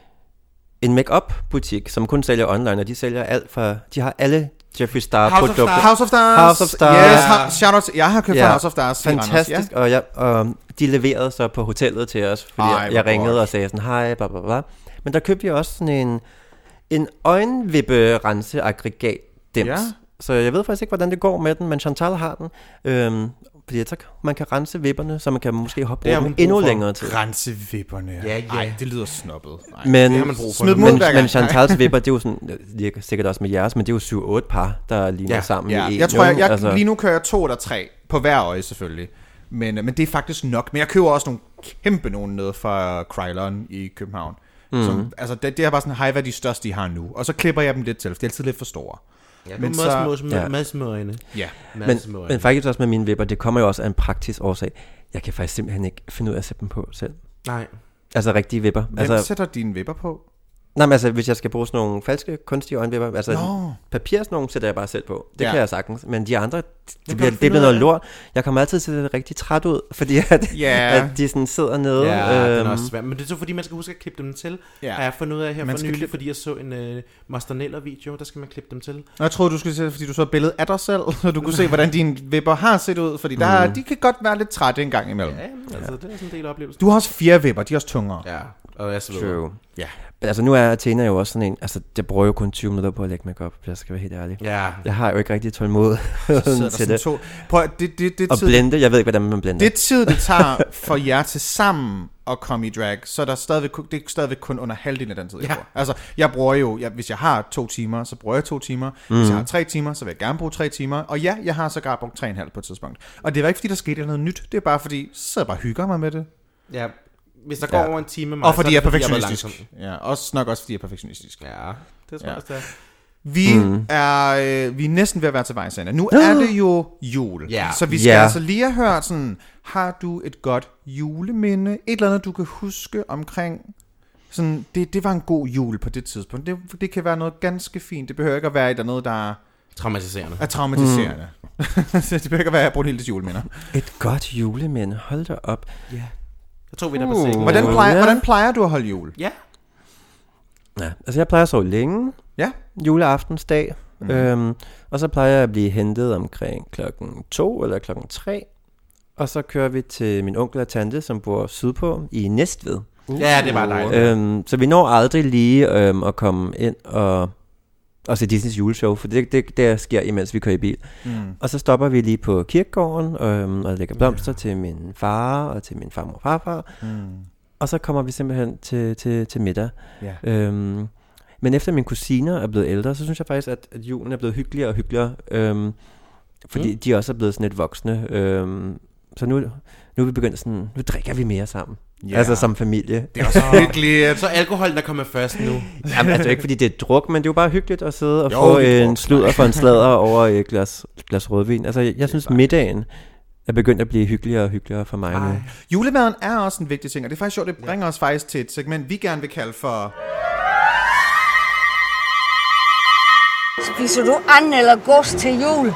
en make-up butik, som kun sælger online, og de sælger alt fra, de har alle Jeffree Star House produkter. House of Stars. House of Stars. Yes, ha- shout out, jeg har købt ja. House of Stars. Fantastisk, ja. og, jeg, og de leverede så på hotellet til os, fordi Ej, jeg, jeg ringede og sagde sådan, hej, bla bla bla. Men der købte jeg også sådan en, en øjenvippe-rense-aggregat dims. Ja. Så jeg ved faktisk ikke, hvordan det går med den, men Chantal har den. Øhm, fordi så man kan rense vipperne, så man kan måske hoppe over dem endnu længere tid. Rense vipperne, ja. Ja, Ej, det lyder snobbet. Ej, men, det har man brug for. Men, men, men Chantals vipper, det er jo sådan, det er sikkert også med jeres, men det er jo syv otte par, der ligner ja. sammen ja. i en. Jeg tror, jeg, jeg altså. lige nu kører jeg to eller tre, på hver øje selvfølgelig. Men, men det er faktisk nok. Men jeg køber også nogle kæmpe nogen nede fra Krylon i København. Mm. Som, altså, det, det er bare sådan, hej, hvad er de største, de har nu? Og så klipper jeg dem lidt til, for det er altid lidt for store. Ja, men så små, ja. Meget små øjne. Ja. Men, men faktisk også med mine vipper, det kommer jo også af en praktisk årsag. Jeg kan faktisk simpelthen ikke finde ud af at sætte dem på selv. Nej. Altså rigtige vipper. Hvem altså, sætter dine vipper på? Nej, men altså, hvis jeg skal bruge sådan nogle falske kunstige øjenvipper, altså Nå. papir sådan nogle sætter jeg bare selv på. Det Ja. kan jeg sagtens. Men de andre, det kan bliver, du det finde bliver ud noget af. lort. Jeg kommer altid til at se rigtig træt ud, fordi at, Ja. at de sådan sidder nede. Ja, øhm, den er også svær. Men det er så fordi, man skal huske at klippe dem til. Ja. Har jeg fundet ud af her Man for skal nylig, klippe- fordi jeg så en øh, Mostaneller-video, der skal man klippe dem til. Og jeg troede, du skulle se, fordi du så et billede af dig selv, så du kunne se, hvordan dine vipper har set ud, fordi der, mm. de kan godt være lidt trætte en gang imellem. Ja, men altså, det er sådan en del af oplevelsen. Du har også fire vipper, de er også tungere. Ja, og jeg så videre. True. Ja. Men altså, nu er Athena jo også sådan en, altså, jeg bruger jo kun tyve minutter på at lægge makeup, hvis jeg skal være helt ærlig. Ja. Jeg har jo ikke rigtig tålmodighed Så sidder der til sådan det. to. Prøv, at- det, det, det, Og tid, blende, jeg ved ikke, hvordan man blender. det tid, det tager for jer til sammen at komme i drag, så er der stadigvæk, kun- det er stadigvæk kun under halvdelen af den tid, jeg Ja. bruger. Altså, jeg bruger jo, jeg, hvis jeg har to timer, så bruger jeg to timer. Mm. Hvis jeg har tre timer, så vil jeg gerne bruge tre timer. Og ja, jeg har sågar brugt tre og en halv på et tidspunkt. Og det var ikke, fordi der skete noget nyt. Det er bare, fordi så sidder jeg bare og hygger mig med det. Ja, hvis der går Ja. over en time med mig, Og fordi så jeg er det, fordi perfektionistisk. var Ja, også nok også, fordi jeg er perfektionistisk. langsom. Ja, det tror Ja. jeg også, det er. Vi, mm. er, øh, vi er næsten ved at være til vejs ende. Nu er det jo jul. Ja. Så vi skal Ja. altså lige have hørt sådan, har du et godt juleminde? Et eller andet, du kan huske omkring, sådan, det, det var en god jul på det tidspunkt. Det, det kan være noget ganske fint. Det behøver ikke at være et eller andet, der Traumatiserende. er traumatiserende. Mm. det behøver ikke at være Brunhildes juleminde. Et godt juleminde, hold da op. Ja. Jeg tror, vi er der på Uh. sengen. Hvordan plejer, ja. hvordan plejer du at holde jul? Ja. Ja, altså jeg plejer at sove længe, Ja. juleaftensdag, Mhm. mm. øhm, og så plejer jeg at blive hentet omkring klokken to eller klokken tre, og så kører vi til min onkel og tante, som bor sydpå i Næstved. Uh. Ja, det er bare dejligt. Øhm, så vi når aldrig lige øhm, at komme ind og, og se Disneys juleshow, for det, det, det sker, imens vi kører i bil. Mm. Og så stopper vi lige på kirkegården øhm, og lægger blomster ja. til min far og til min farmor og farfar. Mm. Og så kommer vi simpelthen til, til, til middag. Ja. Øhm, men efter mine kusiner er blevet ældre, så synes jeg faktisk, at, at julen er blevet hyggeligere og hyggeligere. Øhm, fordi mm. de også er blevet sådan lidt voksne. Øhm, så nu, nu er vi begyndt sådan, nu drikker vi mere sammen. Ja. Altså som familie. Det er også hyggeligt. Så alkoholen er kommet først nu. Jamen altså ikke fordi det er druk, men det er jo bare hyggeligt at sidde og Jo, få det er en druk. sludder for en sladder over et glas, glas rødvin. Altså jeg, jeg synes bare- middagen er begyndt at blive hyggeligere og hyggeligere for mig nu. Julemaden er også en vigtig ting, og det er faktisk sjovt, det bringer os faktisk til et segment, vi gerne vil kalde for... Spiser du and eller gås til jul?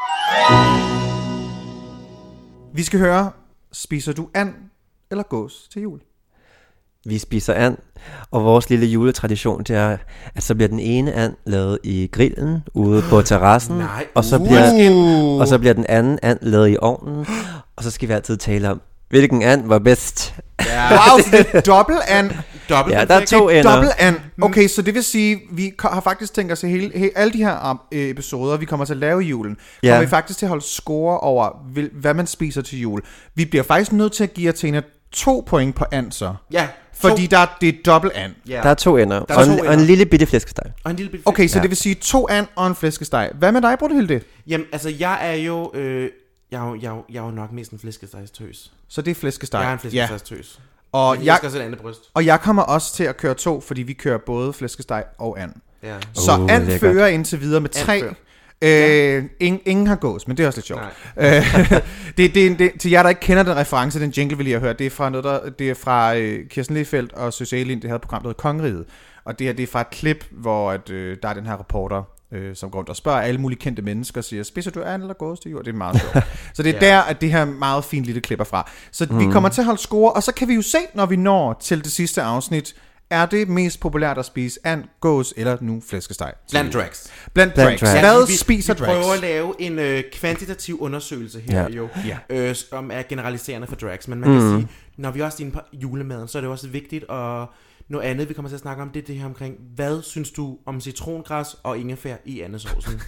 Vi skal høre, spiser du and eller gås til jul? Vi spiser and, og vores lille juletradition, det er, at så bliver den ene and lavet i grillen ude på terrassen, Nej, og, så uh. bliver, og så bliver den anden and lavet i ovnen, og så skal vi altid tale om, hvilken and var bedst. Ja. Wow, så det er dobbelt and. Dobbelt Ja, der er to Det er ender. dobbelt and. Okay, så det vil sige, vi ko- har faktisk tænkt os, at hele, he, alle de her um, episoder, vi kommer til at lave i julen, Ja. kommer vi faktisk til at holde score over, vil, hvad man spiser til jul. Vi bliver faktisk nødt til at give Athena to point på and så. Ja. Fordi der, det er dobbelt and. Ja. Der er to ender, Der er og, to en, ender. og en lille bitte flæskesteg. Og en lille bit Okay, så Ja. det vil sige to and og en flæskesteg. Hvad med dig, Brunhilde? Jamen, altså, jeg er jo... Øh, jeg, er jo, jeg, er jo, jeg er jo nok mest en flæskestegstøs. Så det er flæskesteg. Jeg er en Ja. flæskestegstøs. Og Jeg jeg, elsker også et andet bryst. og jeg kommer også til at køre to, fordi vi kører både flæskesteg og and. Ja. Så Uh, and lækkert. fører indtil videre med And tre. fører. Øh, ingen, ingen har gås, men det er også lidt sjovt. Nej. Øh, det, det, er en- det, til jer, der ikke kender den reference, den jingle, vi lige har hørt, det er fra, noget, der, det er fra øh, Kirsten Lehfeldt og Søs Elin, det havde et program, der hedder Kongeriget. Og det her, det er fra et klip, hvor at, øh, der er den her reporter, øh, som går rundt og spørger alle mulige kendte mennesker, og siger, spiser du and eller gås til jul? Det er meget sjovt. Så det er Ja. der, at det her meget fint lille klip er fra. Så mm. vi kommer til at holde score, og så kan vi jo se, når vi når til det sidste afsnit, er det mest populært at spise and, gås eller nu flæskesteg? Blandt drags. Blandt, Blandt drags. drags. Hvad vi, spiser vi drags? prøver at lave en øh, kvantitativ undersøgelse her Ja. jo, Ja. øh, som er generaliserende for drags. Men man kan sige, når vi også er inde på julemaden, så er det også vigtigt, og noget andet, vi kommer til at snakke om, det er det her omkring, hvad synes du om citrongræs og ingefær i andesaucen?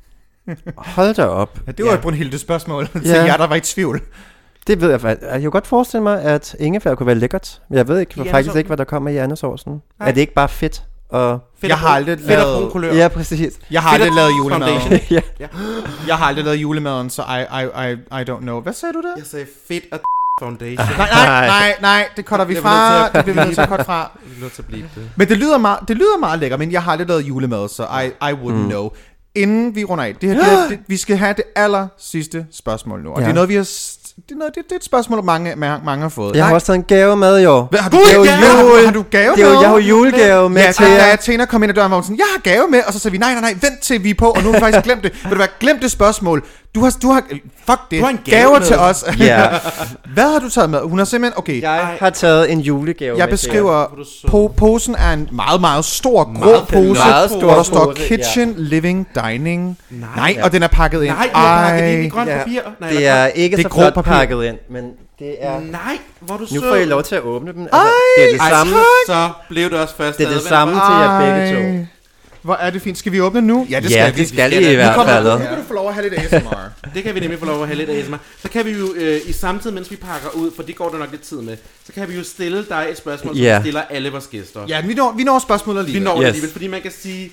Hold da op. Ja, det var Ja. et Brunhilde spørgsmål til Ja. jer, der var i tvivl. Det ved jeg faktisk. Jeg kan godt forestille mig, at ingefær kunne være lækkert. Men jeg ved ikke, I faktisk andesaucen? ikke, hvad der kommer i andesausen. Nej. Er det ikke bare fedt? Og... Fedt Jeg og har brun- aldrig fedt og lavet- brun kulør. Ja, præcis. Jeg har Fedt aldrig og lavet julemaden. foundation. ja. Jeg har aldrig lavet julemaden, så I, I, I, I don't know. Hvad sagde du der? Jeg sagde fedt og foundation. Nej, nej, nej, nej, det cutter vi Det er vi fra. nødt til Det at bliver vi nødt til at cutte fra. Vi er nødt til at blive det. Men det lyder meget, det lyder meget lækkert, men jeg har aldrig lavet julemad, så I, I wouldn't mm. know. inden vi runder af, det her, det her, det, vi skal have det aller sidste spørgsmål nu, og ja. det er noget, vi har... Det er, noget, det, det er et spørgsmål, mange, mange har fået. Jeg har også taget en gave med, jo. Hvad, har du Gud, gave, ja. jule? Har du gave det er med? Jo, jeg har julegave med ja, til jer. jer. Ja, Athena kom ind ad døren, og hun sådan, jeg har gave med, og så sagde vi, nej, nej, nej, vent til vi er på, og nu har vi faktisk glemt det. Vil du være glemt det spørgsmål? Du har, du har, fuck det, du har en gave gaver med. til os. Ja. Hvad har du taget med? Hun har simpelthen, okay. Jeg har taget en julegave Jeg med beskriver, po- posen er en meget, meget stor, grå meget pose, meget stor hvor der står pose, kitchen, ja. living, dining. Nej, nej ja. Og den er pakket ind. Nej, den er pakket ind i grønt ja. papir. Nej, det er ikke det er så flot papir. pakket ind, men det er... Nej, hvor du Nu så. får I lov til at åbne dem. Ej, det er det Ej, samme. så blev det også først. Det er det samme til jer begge to. Hvor er det fint. Skal vi åbne nu? Ja, det skal skal, vi. det skal skal I i det. hvert Nu, kommer, fald. nu kan du få lov at have lidt A S M R. Det kan vi nemlig få lov at have lidt A S M R. Så kan vi jo øh, i samtidig, mens vi pakker ud, for det går der nok lidt tid med, så kan vi jo stille dig et spørgsmål, som Ja. vi stiller alle vores gæster. Ja, vi når, vi når spørgsmålet Vi alligevel. når Yes. det alligevel, fordi man kan sige,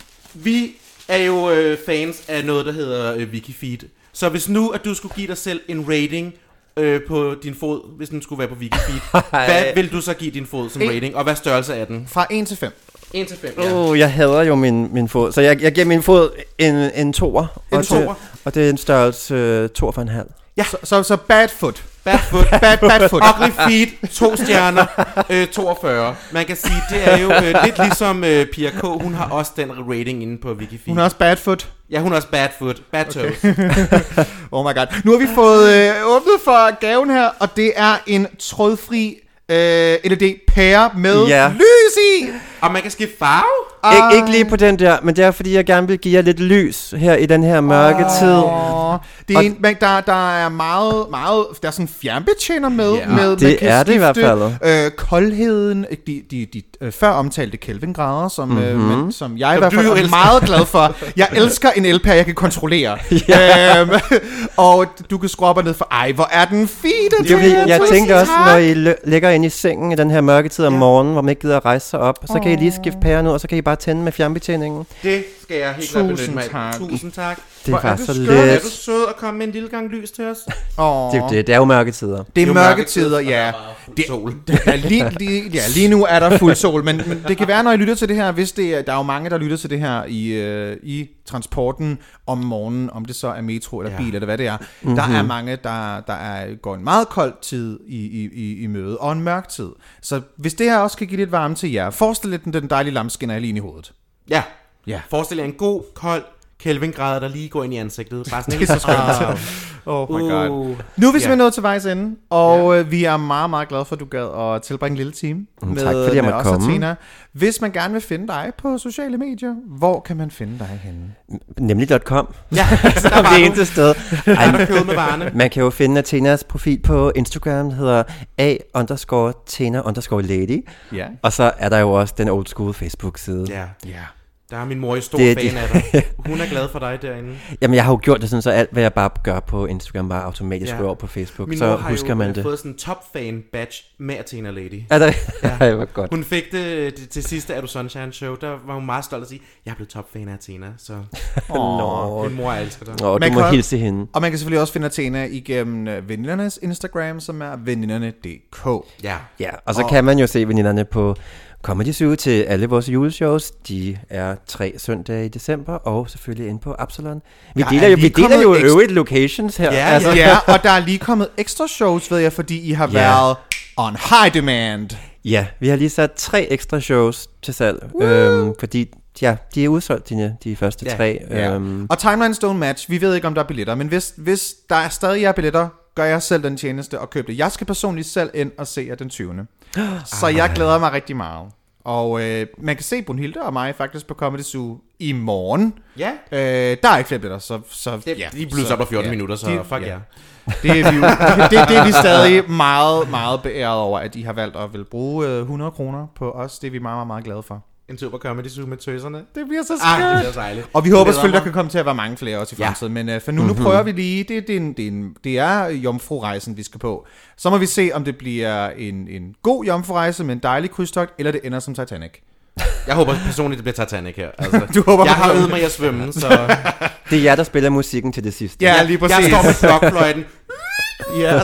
vi er jo øh, fans af noget, der hedder øh, Wikifeed. Så hvis nu, at du skulle give dig selv en rating øh, på din fod, hvis den skulle være på Wikifeed, hvad vil du så give din fod som En. rating, og hvad størrelse er den? Fra en til fem. en til fem, ja. Åh, oh, jeg hader jo min, min fod. Så jeg, jeg giver min fod en, en toer. En og toer. Det, og det er en størrelse øh, to for en halv. Ja. Så, så, så bad foot. Bad foot. Bad, bad foot. Ugly feet, to stjerner, øh, toogfyrre. Man kan sige, det er jo øh, lidt ligesom øh, Pia K. Hun har også den rating inde på Wikifeed. Hun har også bad foot. Ja, hun har også bad foot. Bad toes. Okay. Oh my god. Nu har vi fået øh, åbnet for gaven her, og det er en trådfri øh, L E D-pære med Ja. lys i. Og man kan skifte farve. Ik- ikke lige på den der, men det er fordi, jeg gerne vil give jer lidt lys her i den her mørke tid. Åh, det er en, men der, der er meget, meget, der er sådan en fjernbetjener med. Ja, med det man kan er det i hvert fald. Øh, koldheden, de, de, de øh, før omtalte Kelvin-grader, som, mm-hmm. øh, men, som jeg i hvert du fald jo er elsker. meget glad for. Jeg elsker en elpære, jeg kan kontrollere. Ja. øhm, og du kan skrue op og ned for, ej, hvor er den fin. Det er fordi, jeg tænkte også, når I lø- ligger inde i sengen i den her mørke tid om morgenen, hvor man ikke gider at rejse sig op, så kan I lige skifte pæren ud, og så kan I bare tænde med fjernbetjeningen. Det skal jeg helt klart benytte Tusind mig af. tak. Tusind tak. Det Hvor er er faktisk du så skøn. Er lidt... du sød at komme med en lille gang lys til os? Oh. Det, er jo det, det er jo mørke tider. Det er jo mørke mørke tider, tider, ja. Det, sol. Ja lige, lige, ja, lige nu er der fuld sol, men, men det kan være, når I lytter til det her, hvis det er, der er jo mange, der lytter til det her i, øh, i transporten om morgenen, om det så er metro eller Ja. bil eller hvad det er. Mhm. Der er mange, der, der er, går en meget kold tid i, i, i, i møde, og en mørk tid. Så hvis det her også kan give lidt varme til jer, forestil lidt den, den dejlige lampeskinner lige ind i hovedet. Ja. Ja. Forestil jer en god, kold Kelvin-grader, der lige går ind i ansigtet. Bare sådan ikke så skønt. Oh my god. Uh. Nu er vi simpelthen Ja. nået til vejs ende, og øh, vi er meget, meget glade for, at du gad at tilbringe en lille time Mm, med, tak, fordi jeg med måtte os, komme. Athena. Hvis man gerne vil finde dig på sociale medier, hvor kan man finde dig henne? Nemlig punktum com. Ja, så der Det var er du. eneste sted. Der er der kød med varerne. Man kan jo finde Athenas profil på Instagram, der hedder a underscore Athena underscore lady. Ja. Og så er der jo også den old school Facebook-side. Ja. Ja. Der er min mor i stor Det er fan de- af dig. Hun er glad for dig derinde. Jamen, jeg har jo gjort det sådan, så alt, hvad jeg bare gør på Instagram, bare automatisk Ja. går over på Facebook. Min Så mor har husker jo man øh, det. fået sådan en top fan badge med Athena Lady. Er det? Ja. Ja. Det var godt. Hun fik det, det til sidste Er du Sunshine show. Der var hun meget stolt at sige, jeg er blevet top fan af Athena. Så Nå, min mor elsker dig. Nå, Man du må kan- hilse hende. Og man kan selvfølgelig også finde Athena igennem øh, venindernes Instagram, som er veninderne punktum d k. Ja. Ja, og så Og- kan man jo se veninderne på Comedy Zoo til alle vores juleshows. De er tre søndage i december, og selvfølgelig inde på Absalon. Vi Der deler er jo, lige vi deler kommet jo ekstra- øvrigt locations her. Ja, altså. Ja, og der er lige kommet ekstra shows, ved jeg, fordi I har Ja. været on high demand. Ja, vi har lige sat tre ekstra shows til salg, øhm, fordi ja, de er udsolgt, de, de første Ja. tre. Ja. Øhm, Og timelines don't match. Vi ved ikke, om der er billetter, men hvis, hvis der er stadig er billetter, gør jeg selv den tjeneste og køb det. Jeg skal personligt selv ind og se jer den tyvende Så jeg glæder mig rigtig meget. Og øh, man kan se Brunhilde og mig faktisk på Comedy Zoo i morgen. Ja. Øh, der er ikke flere billetter, så, så Det, ja. de blusser op på fjorten ja. minutter, så De- fuck ja. ja. Det er, vi jo, det, det er vi stadig meget, meget beæret over, at de har valgt at vil bruge øh, hundrede kroner på os. Det er vi meget, meget, meget glade for. En tur på Comedy Zoo med tøserne. Det bliver så Ah, det skønt. bliver dejligt. Og vi håber Glæder selvfølgelig, der mig. kan komme til at være mange flere også i Ja. fremtiden. Men uh, for nu, nu prøver vi lige. Det, det, er en, det, er en, det er jomfrurejsen, vi skal på. Så må vi se, om det bliver en, en god jomfrurejse med en dejlig krydstogt, eller det ender som Titanic. Jeg håber personligt, det bliver Titanic her. Altså, Du håber jeg har personligt. øvet mig i at svømme, så det er jer, der spiller musikken til det sidste. Ja, lige præcis. jeg står med blokfløjten. Ja.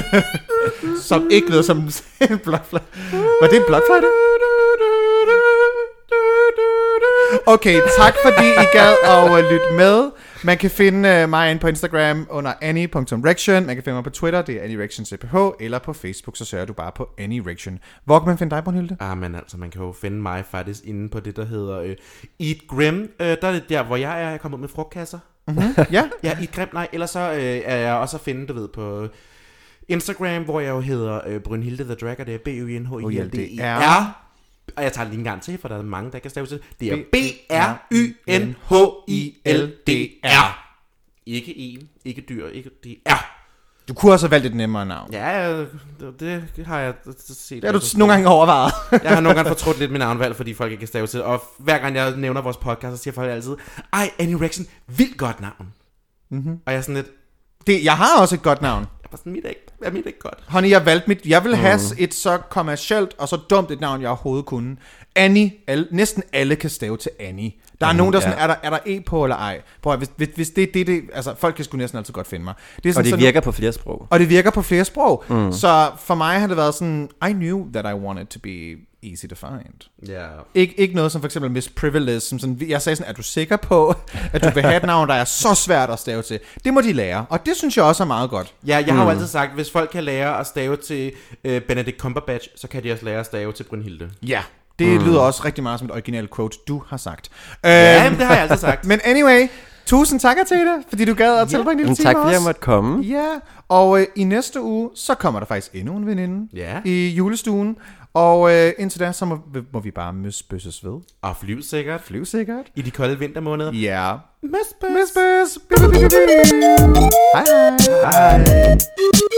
Som ikke lyder som en blokfløjte. Var det en blokfløjte? Okay, tak fordi I gad at uh, lytte med. Man kan finde uh, mig inde på Instagram under annie punktum rection. Man kan finde mig på Twitter, det er annierectioncph. Eller på Facebook, så søger du bare på annierection. Hvor kan man finde dig, Brunhilde? Ah, men altså, man kan jo finde mig faktisk inde på det, der hedder uh, Eat Grim. Uh, der er det der, hvor jeg er. Jeg er kommet ud med frugtkasser. Mm-hmm. Ja. Ja, Eat Grim, nej. Ellers så uh, er jeg også at finde, du ved, på Instagram, hvor jeg jo hedder uh, Brunhilde the Drag, og det er B U N H I L D E R. Og jeg tager det lige en gang til, for der er mange, der kan stave til. Det er B R Y N H I L D R. Ikke en, ikke dyr, ikke det er. Du kunne også have valgt et nemmere navn. Ja, det, det har jeg set. Det har du nogle gange overvejet. Jeg har nogle gange fortrudt lidt min navnvalg, fordi folk ikke kan stave til. Og hver gang jeg nævner vores podcast, så siger folk altid, ej, Annie Rection, vildt godt navn. Mm-hmm. Og jeg er sådan lidt... Det, jeg har også et godt navn. Jeg var sådan, mit er ikke, er mit ikke godt. Honey, jeg valgte mit... Jeg vil have mm. et så kommercielt og så dumt et navn, jeg overhovedet kunne. Annie. Alle, næsten alle kan stave til Annie. Der er mm, nogen, der ja. sådan, er der, er der E på eller ej? Prøv, hvis, hvis, hvis det er det, det... Altså, folk kan sgu næsten altid godt finde mig. Det er sådan, og det sådan, virker på flere sprog. Og det virker på flere sprog. Mm. Så for mig har det været sådan... I knew that I wanted to be easy to find. Yeah. Ik- ikke noget som for eksempel Miss Privilege, som sådan, jeg sagde sådan, er du sikker på, at du vil have et navn, der er så svært at stave til? Det må de lære, og det synes jeg også er meget godt. Ja, jeg har mm. jo altid sagt, hvis folk kan lære at stave til uh, Benedict Cumberbatch, så kan de også lære at stave til Brunhilde. Ja, det mm. lyder også rigtig meget som et originalt quote, du har sagt. Ja, øhm, det har jeg altid sagt. Men anyway, tusind tak til dig, fordi du gad at tilbringe din tid tak fordi jeg måtte komme. Ja, og øh, i næste uge, så kommer der faktisk endnu en veninde ja. i julestuen. Og øh, indtil da, så må, må vi bare møsbøsses ved. Og flyv sikkert. Flyv sikkert. I de kolde vintermåneder. Ja. Møsbøs. Møsbøs. Hej hej. Hej.